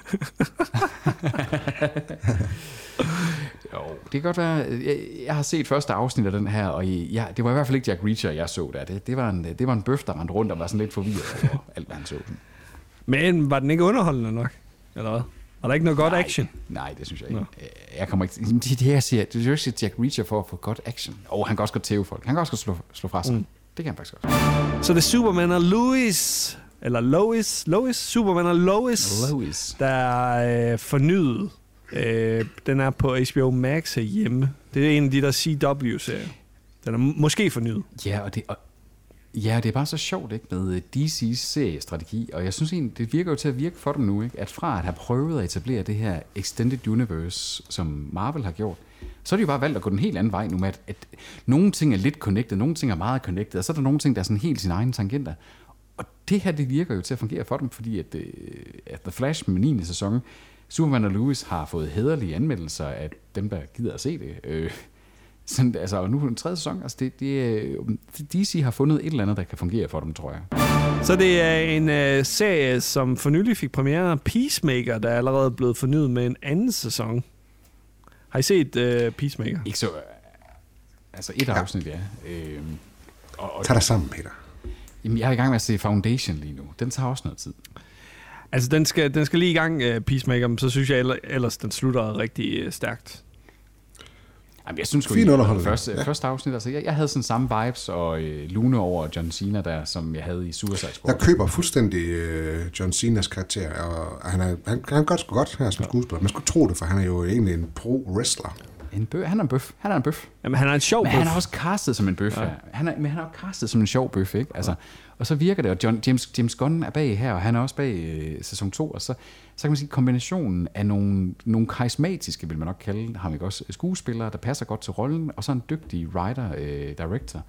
Jo, det kan godt være. Jeg, jeg har set første afsnit af den her, og jeg, det var i hvert fald ikke Jack Reacher, jeg så der. Det, det, var en, det var en bøf, der rendte rundt og var sådan lidt forvirret over alt, hvad han så. Men var den ikke underholdende nok? Eller hvad? Var der ikke noget godt nej, action? Nej, det synes jeg ikke. Nå. Jeg kommer ikke det, det her siger, det er jo ikke Jack Reacher for at få godt action. Og han kan også godt tæve folk. Han kan også godt slå, slå fra sig. Mm. Det kan han faktisk også. Så det er Superman og Lois, eller Lois, Lois, Superman og Lois, Lois. der er øh, fornyet. Øh, den er på H B O Max herhjemme. Det er en af de der C W-serier. Den er måske fornyet. Ja, og det, og, ja, det er bare så sjovt ikke, med D C's seriestrategi, og jeg synes egentlig, det virker jo til at virke for dem nu, ikke? At fra at have prøvet at etablere det her Extended Universe, som Marvel har gjort, så har de jo bare valgt at gå den helt anden vej nu med, at, at nogle ting er lidt connected, nogle ting er meget connected, og så er der nogle ting, der er sådan helt sine egne tangenter. Og det her, det virker jo til at fungere for dem, fordi at, at The Flash med niende sæson, Superman og Lois har fået hæderlige anmeldelser af dem, der gider at se det. Øh, sådan, altså, og nu på den tredje sæson, altså det, det, D C har fundet et eller andet, der kan fungere for dem, tror jeg. Så det er en uh, serie, som for nylig fik premiere, Peacemaker, der er allerede blevet fornyet med en anden sæson. Har I set uh, Peacemaker? Ikke så... Altså et afsnit, ja. Øh, og, og, Tag dig sammen, Peter. Jamen, jeg er i gang med at se Foundation lige nu. Den tager også noget tid. Altså, den skal, den skal lige i gang, uh, Peacemaker, men så synes jeg ellers, den slutter rigtig uh, stærkt. Jamen, jeg synes sgu, at første, ja. første afsnit, altså, jeg, jeg havde sådan samme vibes og øh, lune over John Cena der, som jeg havde i Suicide Squad. Jeg køber fuldstændig øh, John Cenas karakter, og han er, han, han gør det sgu godt her som skuespiller. Man skulle tro det, for han er jo egentlig en pro-wrestler. En bøf. Han er en bøf. Han er en bøf. Jamen, han er en sjov bøf. Men han er også castet som en bøf. Ja. Han er, men han er også castet som en sjov bøf, ikke? Altså, og så virker det, og John, James, James Gunn er bag her, og han er også bag øh, sæson to, og så, så kan man sige, kombinationen af nogle, nogle karismatiske, vil man nok kalde ham, ikke også, skuespillere, der passer godt til rollen, og så en dygtig writer, øh, director,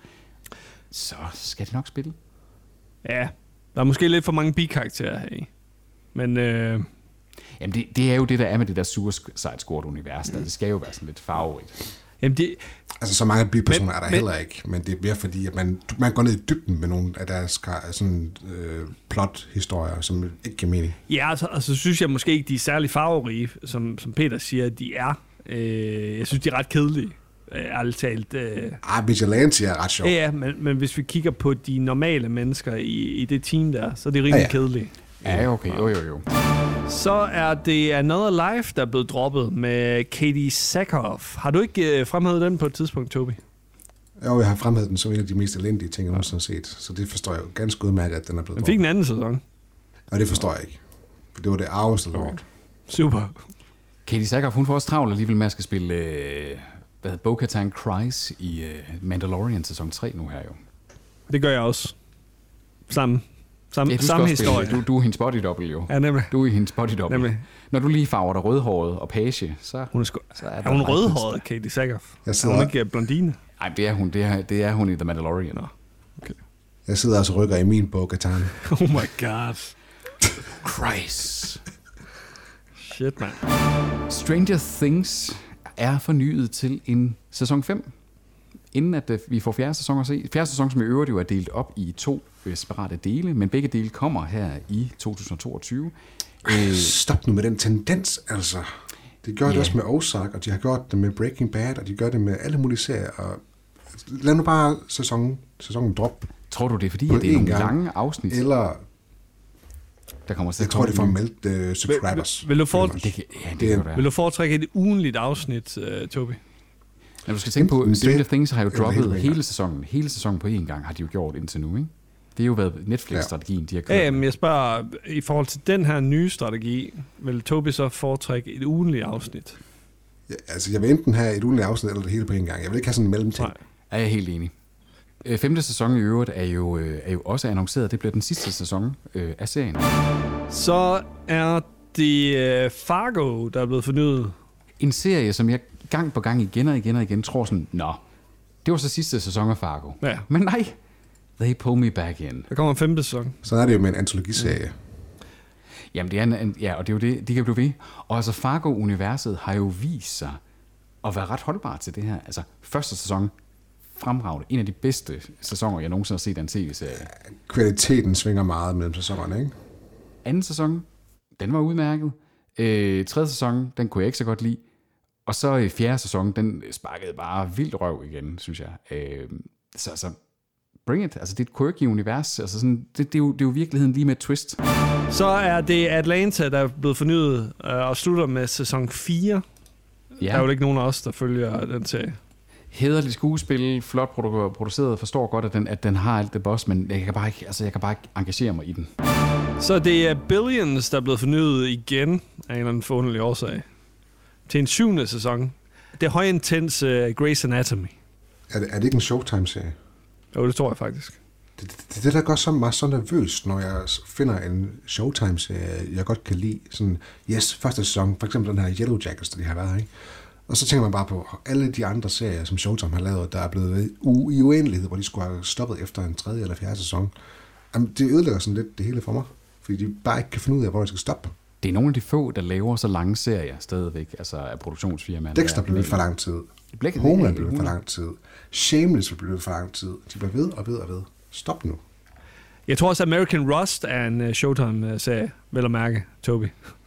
så skal det nok spille. Ja, der er måske lidt for mange bikarakterer her i, men... Øh... Jamen, det, det er jo det, der er med det der Suicide Squad-univers, der. Det skal jo være sådan lidt farverigt. Jamen, det... Altså, så mange bipersoner Men- er der men- heller ikke, men det er mere fordi, at man, man går ned i dybden med nogle af deres ka- sådan, øh, plot-historier, som ikke giver mening. Ja, altså, altså synes jeg måske ikke, de er særlig farverige, som, som Peter siger, de er. Øh, jeg synes, de er ret kedelige, øh, ærligt talt. Øh. Ah, Vigilante er ret sjov. Ja, ja, men, men hvis vi kigger på de normale mennesker i, i det team der, så er det rimelig Ja, ja. kedelige. Ja, okay. Jo, jo, jo. Så er det Another Life, der er blevet droppet med Katie Sackhoff. Har du ikke øh, fremhævet den på et tidspunkt, Toby? Jo, jeg har fremhævet den som en af de mest elendige ting, jeg nogensinde har set. Så det forstår jeg jo ganske udmærket, at den er blevet Den fik droppet. en anden sæson. Og det forstår jeg ikke. For det var det arveste lort. Super. Katie Sackhoff, hun får også travlt alligevel med at skal spille øh, hvad hedder Bo-Katan Kryze i øh, Mandalorian sæson tre nu her jo. Det gør jeg også. Samme, samme, Ja, du skal samme også historie. spille, du, du er hendes body double jo. Ja, nemlig. Du er hendes body double. Nemlig. Når du lige farver dig rødhåret og page, så... Hun er, sgu... så er er, der hun faktisk- rødhåret, Katie Sackhoff? Jeg Er sidder, hun ikke øh, blondine? Nej, det er hun. Det er, det er hun i The Mandalorian. Nå. jeg sidder altså og rykker i min bog, Katana. Oh my god. Christ. Shit, man. Stranger Things er fornyet til en sæson fem. Inden at øh, vi får fjerde sæson at se. Fjerde sæson, som i øvrigt jo er delt op i to øh, separate dele, men begge dele kommer her i to tusind toogtyve. Øh, Stop nu med den tendens, altså. De gør det Ja. også med Ozark, og de har gjort det med Breaking Bad, og de gør det med alle mulige serier. Og lad nu bare sæsonen, sæsonen drop. tror du, det er fordi, På at det er én nogle gang. lange afsnit, Eller, der kommer til jeg at tror, det er for komme at nye? melde uh, subscribers. Vil, vil, du for, Det kan, ja, det, Det er- kan jo være. vil du foretrække et ugenligt afsnit, uh, Toby? Når du skal tænke på, Enten det, Stranger Things har jo eller droppet hele hele, vejen. sæsonen. Hele sæsonen på én gang har de jo gjort indtil nu, ikke? Det har jo været Netflix-strategien, de har kørt. Ja, men jeg spørger, i forhold til den her nye strategi, vil Toby så foretrække et ugenligt afsnit? Ja, altså, jeg vil enten have et ugenligt afsnit, eller det hele på en gang. Jeg vil ikke have sådan en mellemting. Nej. Er jeg helt enig. Øh, Femte sæson i øvrigt er jo, øh, er jo også annonceret. Det bliver den sidste sæson øh, af serien. Så er det uh, Fargo, der er blevet fornyet. En serie, som jeg gang på gang igen og igen og igen tror sådan, nå, det var så sidste sæson af Fargo. Ja. Men nej, they pull me back in. Der kommer en femte sæson. Så er det jo med en antologiserie. Jamen, det er en, en, ja, og det er jo det, de kan blive ved. Og altså, Fargo-universet har jo vist sig at være ret holdbart til det her. Altså, første sæson, fremragende. En af de bedste sæsoner, jeg nogensinde har set af en tv-serie. Kvaliteten svinger meget mellem sæsonerne, ikke? Anden sæson, den var udmærket. Øh, tredje sæson, den kunne jeg ikke så godt lide. Og så i fjerde sæson, den sparkede bare vildt røv igen, synes jeg. Øh, så altså, bring it. Altså, det er et quirky univers. Altså, sådan, det, det, er jo, det er jo virkeligheden lige med et twist. Så er det Atlanta, der er blevet fornyet uh, og slutter med sæson fire. Ja. Der er jo ikke nogen af os, der følger den serie. Hæderligt skuespil, flot produ- produceret, forstår godt, at den, at den har alt det boss, men jeg kan bare ikke, altså, jeg kan bare ikke engagere mig i den. Så det er Billions, der er blevet fornyet igen af en eller anden forunderlig årsag. Til en syvende sæson. Det er højintens uh, Grey's Anatomy. Er det, er det ikke en Showtime-serie? Jo, det tror jeg faktisk. Det, det, det, det der gør så meget så nervøst, når jeg finder en Showtime-serie, jeg godt kan lide. Sådan, yes, første sæson, for eksempel den her Yellow Jackets, der de har været, ikke? Og så tænker man bare på alle de andre serier, som Showtime har lavet, der er blevet u- i uendelighed, hvor de skulle have stoppet efter en tredje eller fjerde sæson. Jamen, det ødelægger sådan lidt det hele for mig, fordi de bare ikke kan finde ud af, hvor de skal stoppe. Det er nogle af de få, der laver så lange serier stadigvæk, altså af produktionsfirmaer. Dexter blev ved for lang tid. Black- Homeland blev ved for lang tid. Shameless blev ved for lang tid. De bliver ved og ved og ved. Stop nu. Jeg tror også, American Rust er en uh, Showtime-serie, vel at mærke, Toby.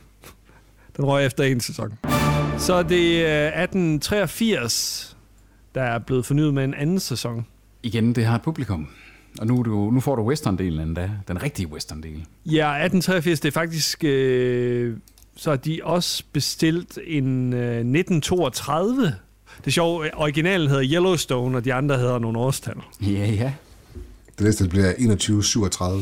Den røg efter en sæson. Så er det uh, atten treogfirs, der er blevet fornyet med en anden sæson. Igen, det har et publikum. Og nu, er du, nu får du western-delen endda. Den rigtige western-del. Ja, atten treogfirs, det er faktisk... Øh, så har de også bestilt en øh, nitten toogtredive. Det er sjovt, originalen hedder Yellowstone, og de andre hedder nogle årstal. Ja, ja. Det næste bliver enogtyve syvogtredive.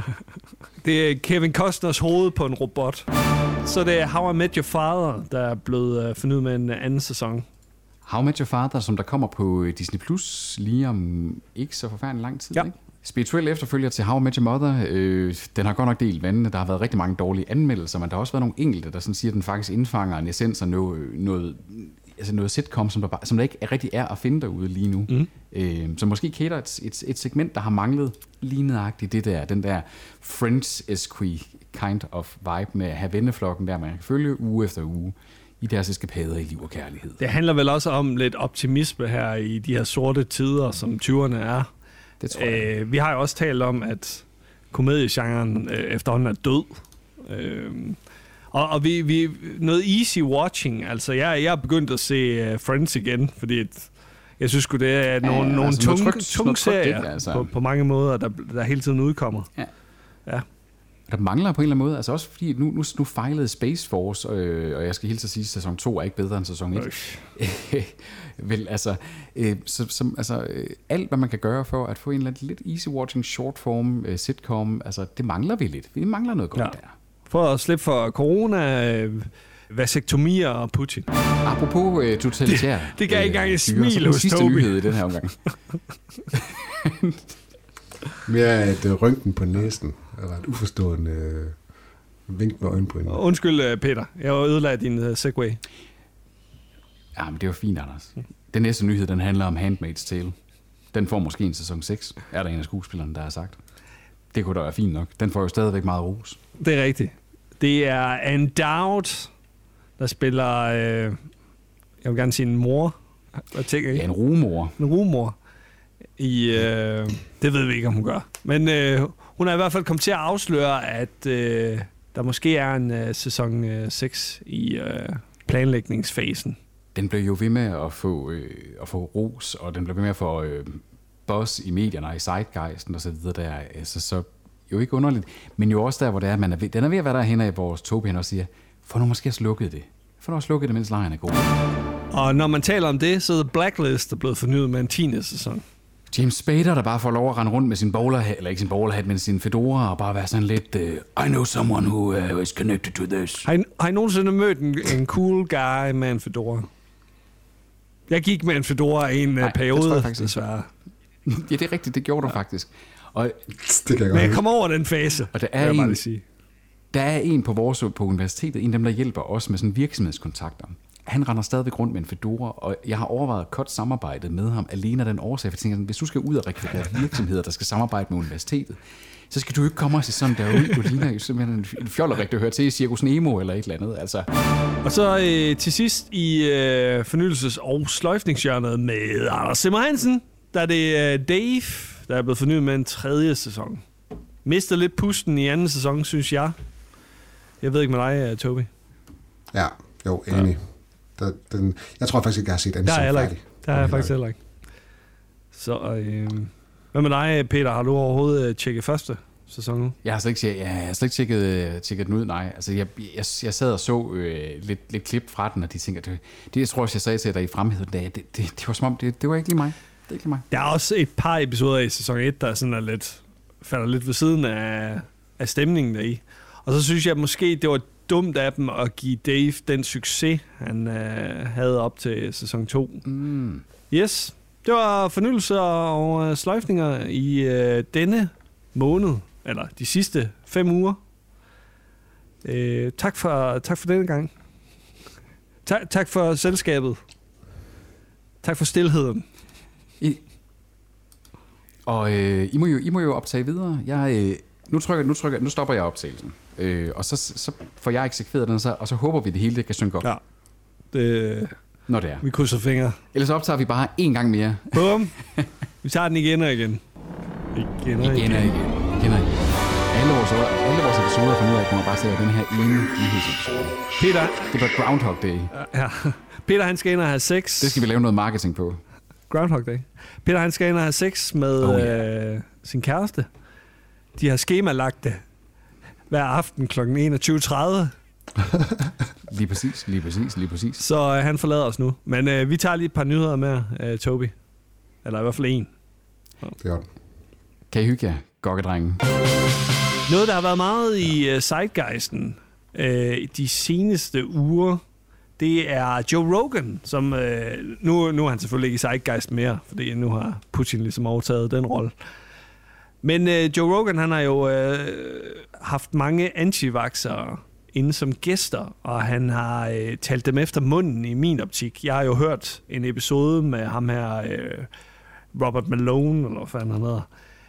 Det er Kevin Costners hoved på en robot. Så det er How I Met Your Father, der er blevet øh, fornyet med en anden sæson. How I Met Your Father, som der kommer på Disney Plus lige om ikke så forfærdelig lang tid, Ja. ikke? Spirituel efterfølger til How I Met Your Mother, øh, den har godt nok delt vandene. Der har været rigtig mange dårlige anmeldelser, men der har også været nogle enkelte, der sådan siger, at den faktisk indfanger en essens af noget, noget, altså noget sitcom, som der, bare, som der ikke rigtig er at finde derude lige nu. Mm. Øh, så måske cater et, et, et segment, der har manglet lige nøjagtigt det der, den der Friends-esque kind of vibe med at have venneflokken der, man kan følge uge efter uge i deres eskapader i liv og kærlighed. Det handler vel også om lidt optimisme her i de her sorte tider, som tyverne er. Det tror jeg. Øh, vi har jo også talt om, at komediegenren øh, efterhånden er død. Øh, og og vi, vi, noget easy watching, altså jeg, jeg er begyndt at se uh, Friends igen, fordi et, jeg synes sgu, det er nogle, ja, nogle altså tunge, trygt, tunge serier trygt, altså. på, på mange måder, der, der hele tiden udkommer. Ja. Ja. Der mangler på en eller anden måde, altså også fordi nu, nu, nu fejlede Space Force, øh, og jeg skal hilse at sige, at sæson to er ikke bedre end sæson et. Vel, altså, øh, så, som, altså øh, alt, hvad man kan gøre for at få en eller anden lidt easy-watching, short-form øh, sitcom, altså det mangler vi lidt. Vi mangler noget godt ja. der. For at slippe for corona, øh, vasektomier og Putin. Apropos øh, totalitær. Det, det gav ikke engang et smil hos Toby. Sidste nyhed i den her omgang. Mere et uh, røntgen på næsen, eller et uforstående uh, vink med øjenbryn. Undskyld, Peter. Jeg har ødelagt din uh, segway. Ja, men det var fint, Anders. Den næste nyhed, den handler om Handmaid's Tale. Den får måske en sæson seks, er der en af skuespillerne, der har sagt. Det kunne da være fint nok. Den får jo stadigvæk meget ros. Det er rigtigt. Det er Ann Dowd, der spiller, øh, jeg vil gerne sige en mor. Hvad tænker I? Ja, en rumor. En rumor. I, øh, det ved vi ikke, om hun gør. Men øh, hun er i hvert fald kommet til at afsløre, at øh, der måske er en øh, sæson øh, seks i øh, planlægningsfasen. Den blev jo ved med at få, øh, at få ros, og den blev ved med at få øh, buzz i medierne og i Zeitgeisten og så videre der. Altså, så jo ikke underligt, men jo også der, hvor det er, man er ved, den er ved at være derhen af vores Toby, og siger, få nu måske slukket det. Få nu slukket det, mens lejren er god. Og når man taler om det, så er The Blacklist er blevet fornyet med en tiende sæson. James Spader, der bare får lov at rende rundt med sin bowlerhat, eller ikke sin bowlerhat, men sin fedora, og bare være sådan lidt, uh, I know someone who uh, is connected to this. Har I, har I nogensinde mødt en, en cool guy med en fedora? Jeg gik med en fedora i en Nej, periode, desværre. Ja, det er rigtigt, det gjorde du ja. faktisk. Og, det kan jeg men jeg kom over den fase, og der er en, bare sige. Der er en på vores på universitetet, en af dem, der hjælper os med sådan virksomhedskontakter. Han render stadigvæk rundt med en fedora, og jeg har overvejet at cut samarbejdet med ham alene af den årsag. For jeg tænker, hvis du skal ud og rekvirere virksomheder, der skal samarbejde med universitetet, så skal du ikke komme og se sådan der ud. Du ligner jo simpelthen en fjollerik, der hører til i Cirkus Nemo eller et eller andet. Altså. Og så øh, til sidst i øh, fornyelses- og sløjfningshjørnet med Anders Simmer Hansen, der er det øh, Dave, der er blevet fornyet med en tredje sæson. Mister lidt pusten i anden sæson, synes jeg. Jeg ved ikke med dig, Toby. Ja, jo, enig. Ja. Der, den, jeg tror faktisk ikke, jeg har set anden sæson færdig. Der er jeg faktisk heller ikke. Så, øh, hvad med dig, Peter? Har du overhovedet tjekket første sæson nu? Jeg har slet ikke, jeg, jeg har slet ikke tjekket, tjekket den ud, nej. Altså, jeg, jeg, jeg sad og så øh, lidt, lidt klip fra den, og de tænker, det, det jeg tror også, jeg sagde til dig i fremheden, det, det, det, det var som om, det, det var ikke lige mig. Det er ikke lige mig. Der er også et par episoder i sæson et, der sådan er lidt, falder lidt ved siden af, af stemningen deri. Og så synes jeg måske, det var dumt af dem at give Dave den succes, han øh, havde op til sæson to. Mm. Yes, det var fornyelser og øh, sløjfninger i øh, denne måned, eller de sidste fem uger. Øh, tak, for, tak for denne gang. Ta- tak for selskabet. Tak for stilheden. I, og øh, I, må jo, I må jo optage videre. Jeg, øh, nu, trykker, nu, trykker, nu stopper jeg optagelsen. Øh, og så, så får jeg eksekveret den, så, og så håber vi, det hele det kan synge op. Ja. Det, Når det er. Vi krydser fingre. Ellers optager vi bare en gang mere. Bum. Vi tager den igen og igen. Igen og igen. Igen og igen. Igen og igen. Alle vores, alle vores episoder fra nu af kommer bare til at den her ene nyhedsepisode. Peter. Det var Groundhog Day. Ja. Peter, han skal ind og have sex. Det skal vi lave noget marketing på. Groundhog Day. Peter, han skal ind og have sex med oh, yeah. øh, sin kæreste. De har skemalagt det hver aften klokken enogtyve tredive. Lige præcis, lige præcis, lige præcis. Så øh, han forlader os nu. Men øh, vi tager lige et par nyheder med, øh, Toby. Eller i hvert fald en. Ja. Kan I hygge jer, gokkerdrenge? Noget, der har været meget i øh, Zeitgeisten øh, de seneste uger, det er Joe Rogan, som øh, nu, nu er han selvfølgelig ikke i Zeitgeist mere, fordi nu har Putin ligesom overtaget den rolle. Men øh, Joe Rogan, han har jo øh, haft mange antivaxere inde som gæster, og han har øh, talt dem efter munden i min optik. Jeg har jo hørt en episode med ham her, øh, Robert Malone, eller hvad fanden han hedder.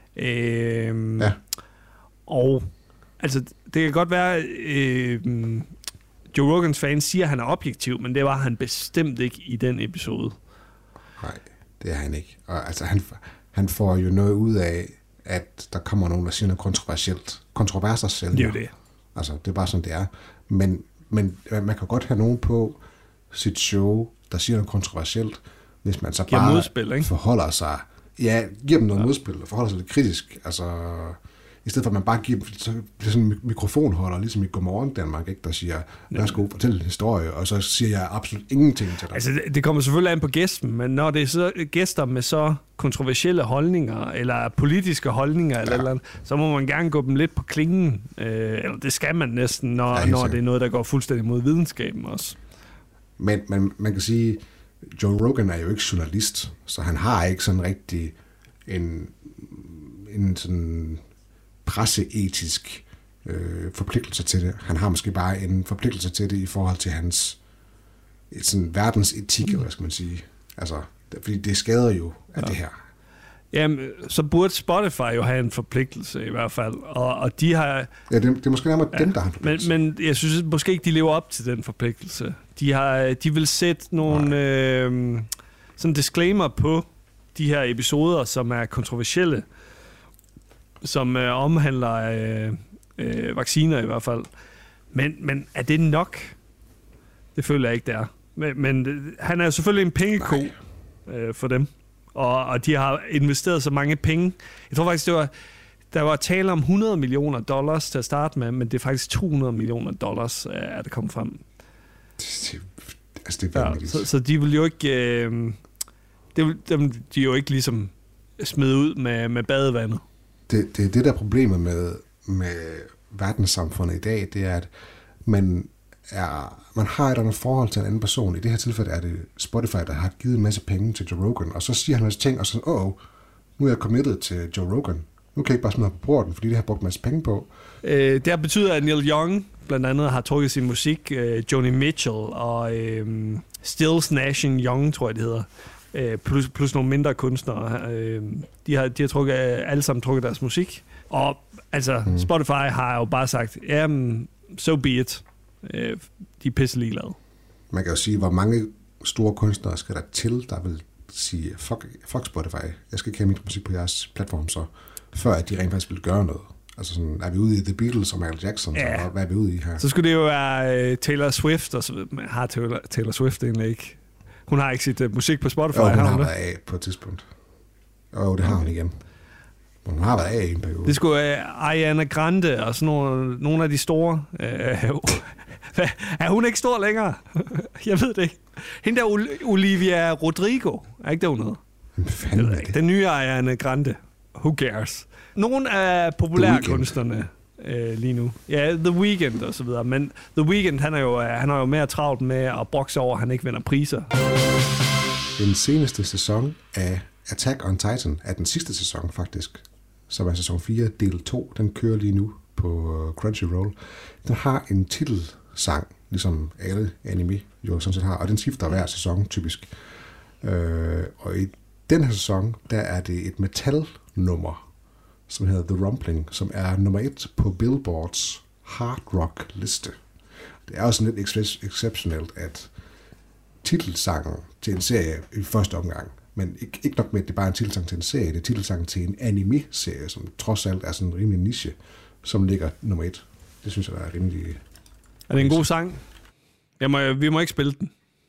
Øh, ja. Og altså, det kan godt være, øh, Joe Rogans fans siger, at han er objektiv, men det var han bestemt ikke i den episode. Nej, det er han ikke. Og altså, han, han får jo noget ud af, at der kommer nogen, der siger noget kontroversielt. Kontroverser selv. Det er jo det. Altså, det er bare sådan, det er. Men, men man kan godt have nogen på sit show, der siger noget kontroversielt, hvis man så giver bare modspil, ikke? forholder sig... Ja, giver dem noget ja. modspil, og forholder sig lidt kritisk. Altså, i stedet for at man bare giver så bliver sådan en mikrofonholder, ligesom i Godmorgen Danmark, ikke, der siger, værsgo, fortæl en historie, og så siger jeg absolut ingenting til dig. Altså, det, det kommer selvfølgelig an på gæsten, men når det er så gæster med så kontroversielle holdninger, eller politiske holdninger, ja. eller, eller andet, så må man gerne gå dem lidt på klingen. Øh, eller det skal man næsten, når, ja, når det er noget, der går fuldstændig mod videnskaben også. Men, men man kan sige, Joe Rogan er jo ikke journalist, så han har ikke sådan rigtig en, en sådan presseetisk øh, forpligtelse til det. Han har måske bare en forpligtelse til det i forhold til hans sådan verdensetik, eller hvad skal man sige. Altså, fordi det skader jo af ja. det her. Jamen, så burde Spotify jo have en forpligtelse i hvert fald, og, og de har... Ja, det, det er måske nærmere ja, dem, der har en forpligtelse. Men, men jeg synes måske ikke, de lever op til den forpligtelse. De, har, de vil sætte nogle øh, sådan disclaimer på de her episoder, som er kontroversielle, som øh, omhandler øh, øh, vacciner i hvert fald. Men, men er det nok? Det føler jeg ikke, det er. Men, men han er selvfølgelig en pengeko øh, for dem. Og, og de har investeret så mange penge. Jeg tror faktisk, det var, der var tale om hundrede millioner dollars til at starte med, men det er faktisk to hundrede millioner dollars, er det kommet frem. Det, altså, det er ja, så, så de vil jo ikke... Øh, det vil, dem, de er jo ikke ligesom smidt ud med, med badevandet. Det, det, det der problemet med, med verdenssamfundet i dag, det er, at man, er, man har et andet forhold til en anden person. I det her tilfælde er det Spotify, der har givet en masse penge til Joe Rogan, og så siger han en masse ting, og så åh, oh, nu er jeg committed til Joe Rogan. Nu kan jeg ikke bare smide på porten, fordi det har brugt en masse penge på. Øh, det har betydet, at Neil Young blandt andet har trukket sin musik, øh, Joni Mitchell og øh, Stills Nashing Young, tror jeg det hedder. Plus, plus nogle mindre kunstnere. De har, de har trukket, alle sammen trukket deres musik. Og altså, mm. Spotify har jo bare sagt, jamen, so be it. De er pisse ligeglade. Man kan jo sige, hvor mange store kunstnere skal der til, der vil sige, fuck, fuck Spotify, jeg skal ikke have min musik på jeres platform, så før at de rent faktisk vil gøre noget. Altså sådan, er vi ude i The Beatles og Michael Jackson, ja. Så hvad er vi ude i her? Så skulle det jo være Taylor Swift, og så har Taylor, Taylor Swift egentlig ikke. Hun har ikke sit uh, musik på Spotify. Jo, hun har, har været af på et tidspunkt. Jo, det har hun igen. Hun har været af i en periode. Det skulle uh, Ariana Grande og sådan nogle, nogle af de store. Uh, er hun ikke stor længere? Jeg ved det ikke. Hende der Olivia Rodrigo, er ikke det hun hedder? Hvad fanden er det? Den nye Ariana Grande. Who cares? Nogle af populære kunstnerne uh, lige nu. Ja, The Weeknd og så videre. Men The Weeknd, han er jo, uh, han er jo mere travlt med at brokse over, at han ikke vinder priser. Den seneste sæson af Attack on Titan er den sidste sæson faktisk, som er sæson fire, del to. Den kører lige nu på Crunchyroll. Den har en titelsang, ligesom alle anime jo sådan set har, og den skifter hver sæson typisk. Øh, og i den her sæson, der er det et metalnummer, som hedder The Rumbling, som er nummer et på Billboards hard rock liste. Det er også lidt exceptionelt, at titelsangen til en serie i første omgang, men ikke, ikke nok med, at det er bare en titelsang til en serie, det er titelsang til en anime-serie, som trods alt er sådan en rimelig niche, som ligger nummer et. Det synes jeg, der er rimelig... Er det en god sang? Jeg må, vi må ikke spille den.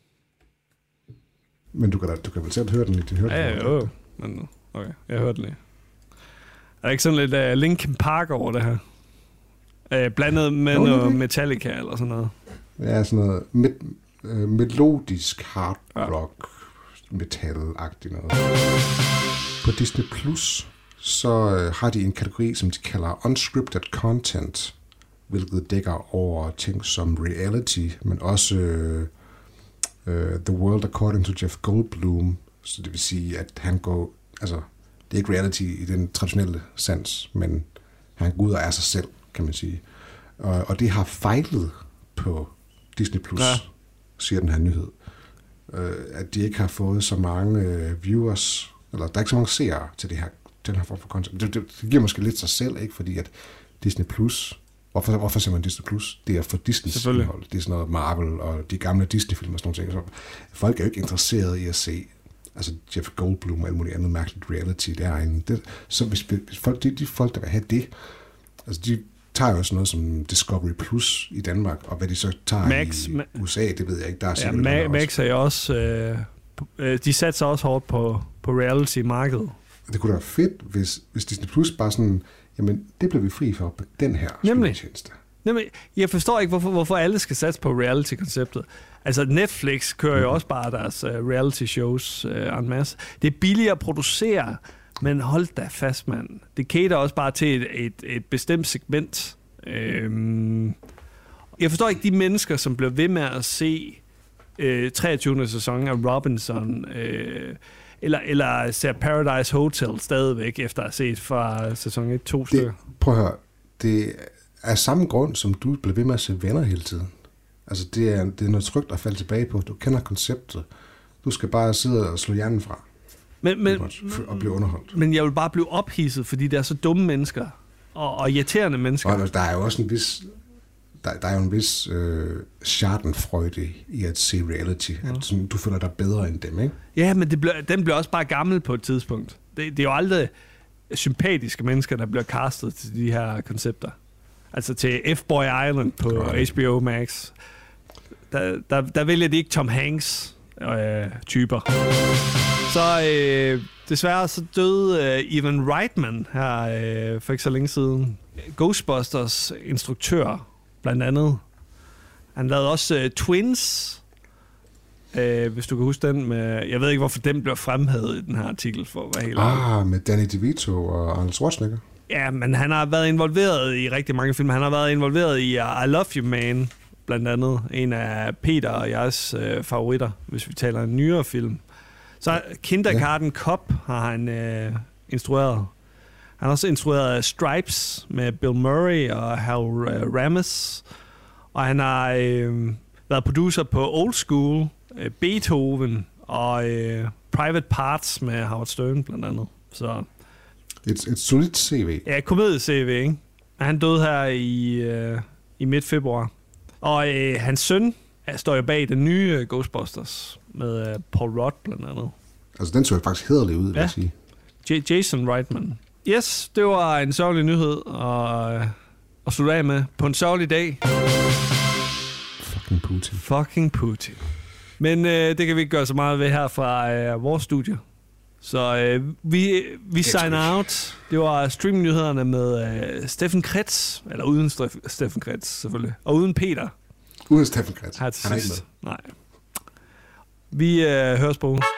Men du kan, da, du kan vel selv høre den lidt? Ja, ja, jo. Men, okay, jeg hørte den lige. Er det ikke sådan lidt uh, Linkin Park over det her? Uh, blandet med jo, noget Metallica eller sådan noget? Ja, sådan noget med, uh, melodisk hard rock, ja. Metal-agtigt noget. På Disney Plus, så uh, har de en kategori, som de kalder unscripted content, hvilket dækker over ting som reality, men også uh, uh, The World According to Jeff Goldblum, så det vil sige, at han går, altså, det er ikke reality i den traditionelle sans, men han går ud og er sig selv, kan man sige. Og, og det har fejlet på Disney Plus, ja. Siger den her nyhed. Uh, at de ikke har fået så mange uh, viewers, eller der er ikke så mange seere til det her, den her form for content. Det, det, det giver måske lidt sig selv, ikke? Fordi at Disney Plus Hvorfor, hvorfor ser man Disney Plus? Det er for Disney's indhold. Det er sådan noget Marvel og de gamle Disney-film og sådan nogle ting. Så folk er jo ikke interesserede i at se altså Jeff Goldblum og alt muligt andet mærkeligt reality derinde. Det, så hvis, hvis folk, de, de folk, der vil have det, altså de tager jo sådan noget som Discovery Plus i Danmark, og hvad de så tager Max, i Ma- U S A, det ved jeg ikke. Der er ja, Ma- Max er jo også, øh, de satser også hårdt på, på reality-markedet. Det kunne da være fedt, hvis, hvis Disney Plus bare sådan, jamen det bliver vi fri for på den her streamingtjeneste. Nemlig, jeg forstår ikke, hvorfor, hvorfor alle skal satse på reality-konceptet. Altså Netflix kører jo også bare deres uh, reality-shows uh, en masse. Det er billigere at producere, men hold da fast, mand. Det cater også bare til et, et, et bestemt segment. Øhm, jeg forstår ikke de mennesker, som bliver ved med at se øh, treogtyvende sæson af Robinson, øh, eller, eller ser Paradise Hotel stadigvæk, efter at have set fra sæson et to stykker. Prøv at høre, det er samme grund, som du bliver ved med at se Venner hele tiden. Altså, det er, det er noget trygt at falde tilbage på. Du kender konceptet. Du skal bare sidde og slå hjernen fra. Men, men, og blive underholdt. Men jeg vil bare blive ophidset, fordi der er så dumme mennesker. Og, og irriterende mennesker. Og der er jo også en vis... Der, der er jo en vis øh, schadenfreude i at se reality. Ja. At sådan, du føler dig bedre end dem, ikke? Ja, men det bliver, den bliver også bare gammel på et tidspunkt. Det, det er jo aldrig sympatiske mennesker, der bliver castet til de her koncepter. Altså til F-Boy Island på H B O Max. Der, der, der vælger de ikke Tom Hanks øh, typer. Så øh, desværre så døde øh, Ivan Reitman her øh, for ikke så længe siden. Ghostbusters instruktør, blandt andet. Han lavede også øh, Twins, øh, hvis du kan huske den. Med, jeg ved ikke, hvorfor den blev fremhævet i den her artikel. For at være helt ah, ærlig. Med Danny DeVito og Arnold Schwarzenegger. Ja, men han har været involveret i rigtig mange film. Han har været involveret i uh, I Love You Man, blandt andet. En af Peter og jeres øh, favoritter, hvis vi taler en nyere film. Så Kindergarten ja. Cop har han øh, instrueret. Han har også instrueret Stripes med Bill Murray og Hal Ramis. Og han har øh, været producer på Old School, øh, Beethoven og øh, Private Parts med Howard Stern, blandt andet. Så et, et solidt C V. Ja, komedie-C V, ikke? Han døde her i, øh, i midt februar. Og øh, hans søn øh, står jo bag den nye uh, Ghostbusters med uh, Paul Rudd blandt andet. Altså, den så jo faktisk hederlig ud, vil ja. jeg sige. J- Jason Reitman. Yes, det var en sørgelig nyhed at, at slutte af med på en sørgelig dag. Fucking Putin. Fucking Putin. Men øh, det kan vi ikke gøre så meget ved her fra øh, vores studie. Så øh, vi, vi signer out. Det var streamingnyhederne med øh, Steffen Kretz, eller uden Steff- Steffen Kretz selvfølgelig, og uden Peter. Uden Steffen Kretz. Her til Han er sidst. ikke med. Nej. Vi øh, høres på.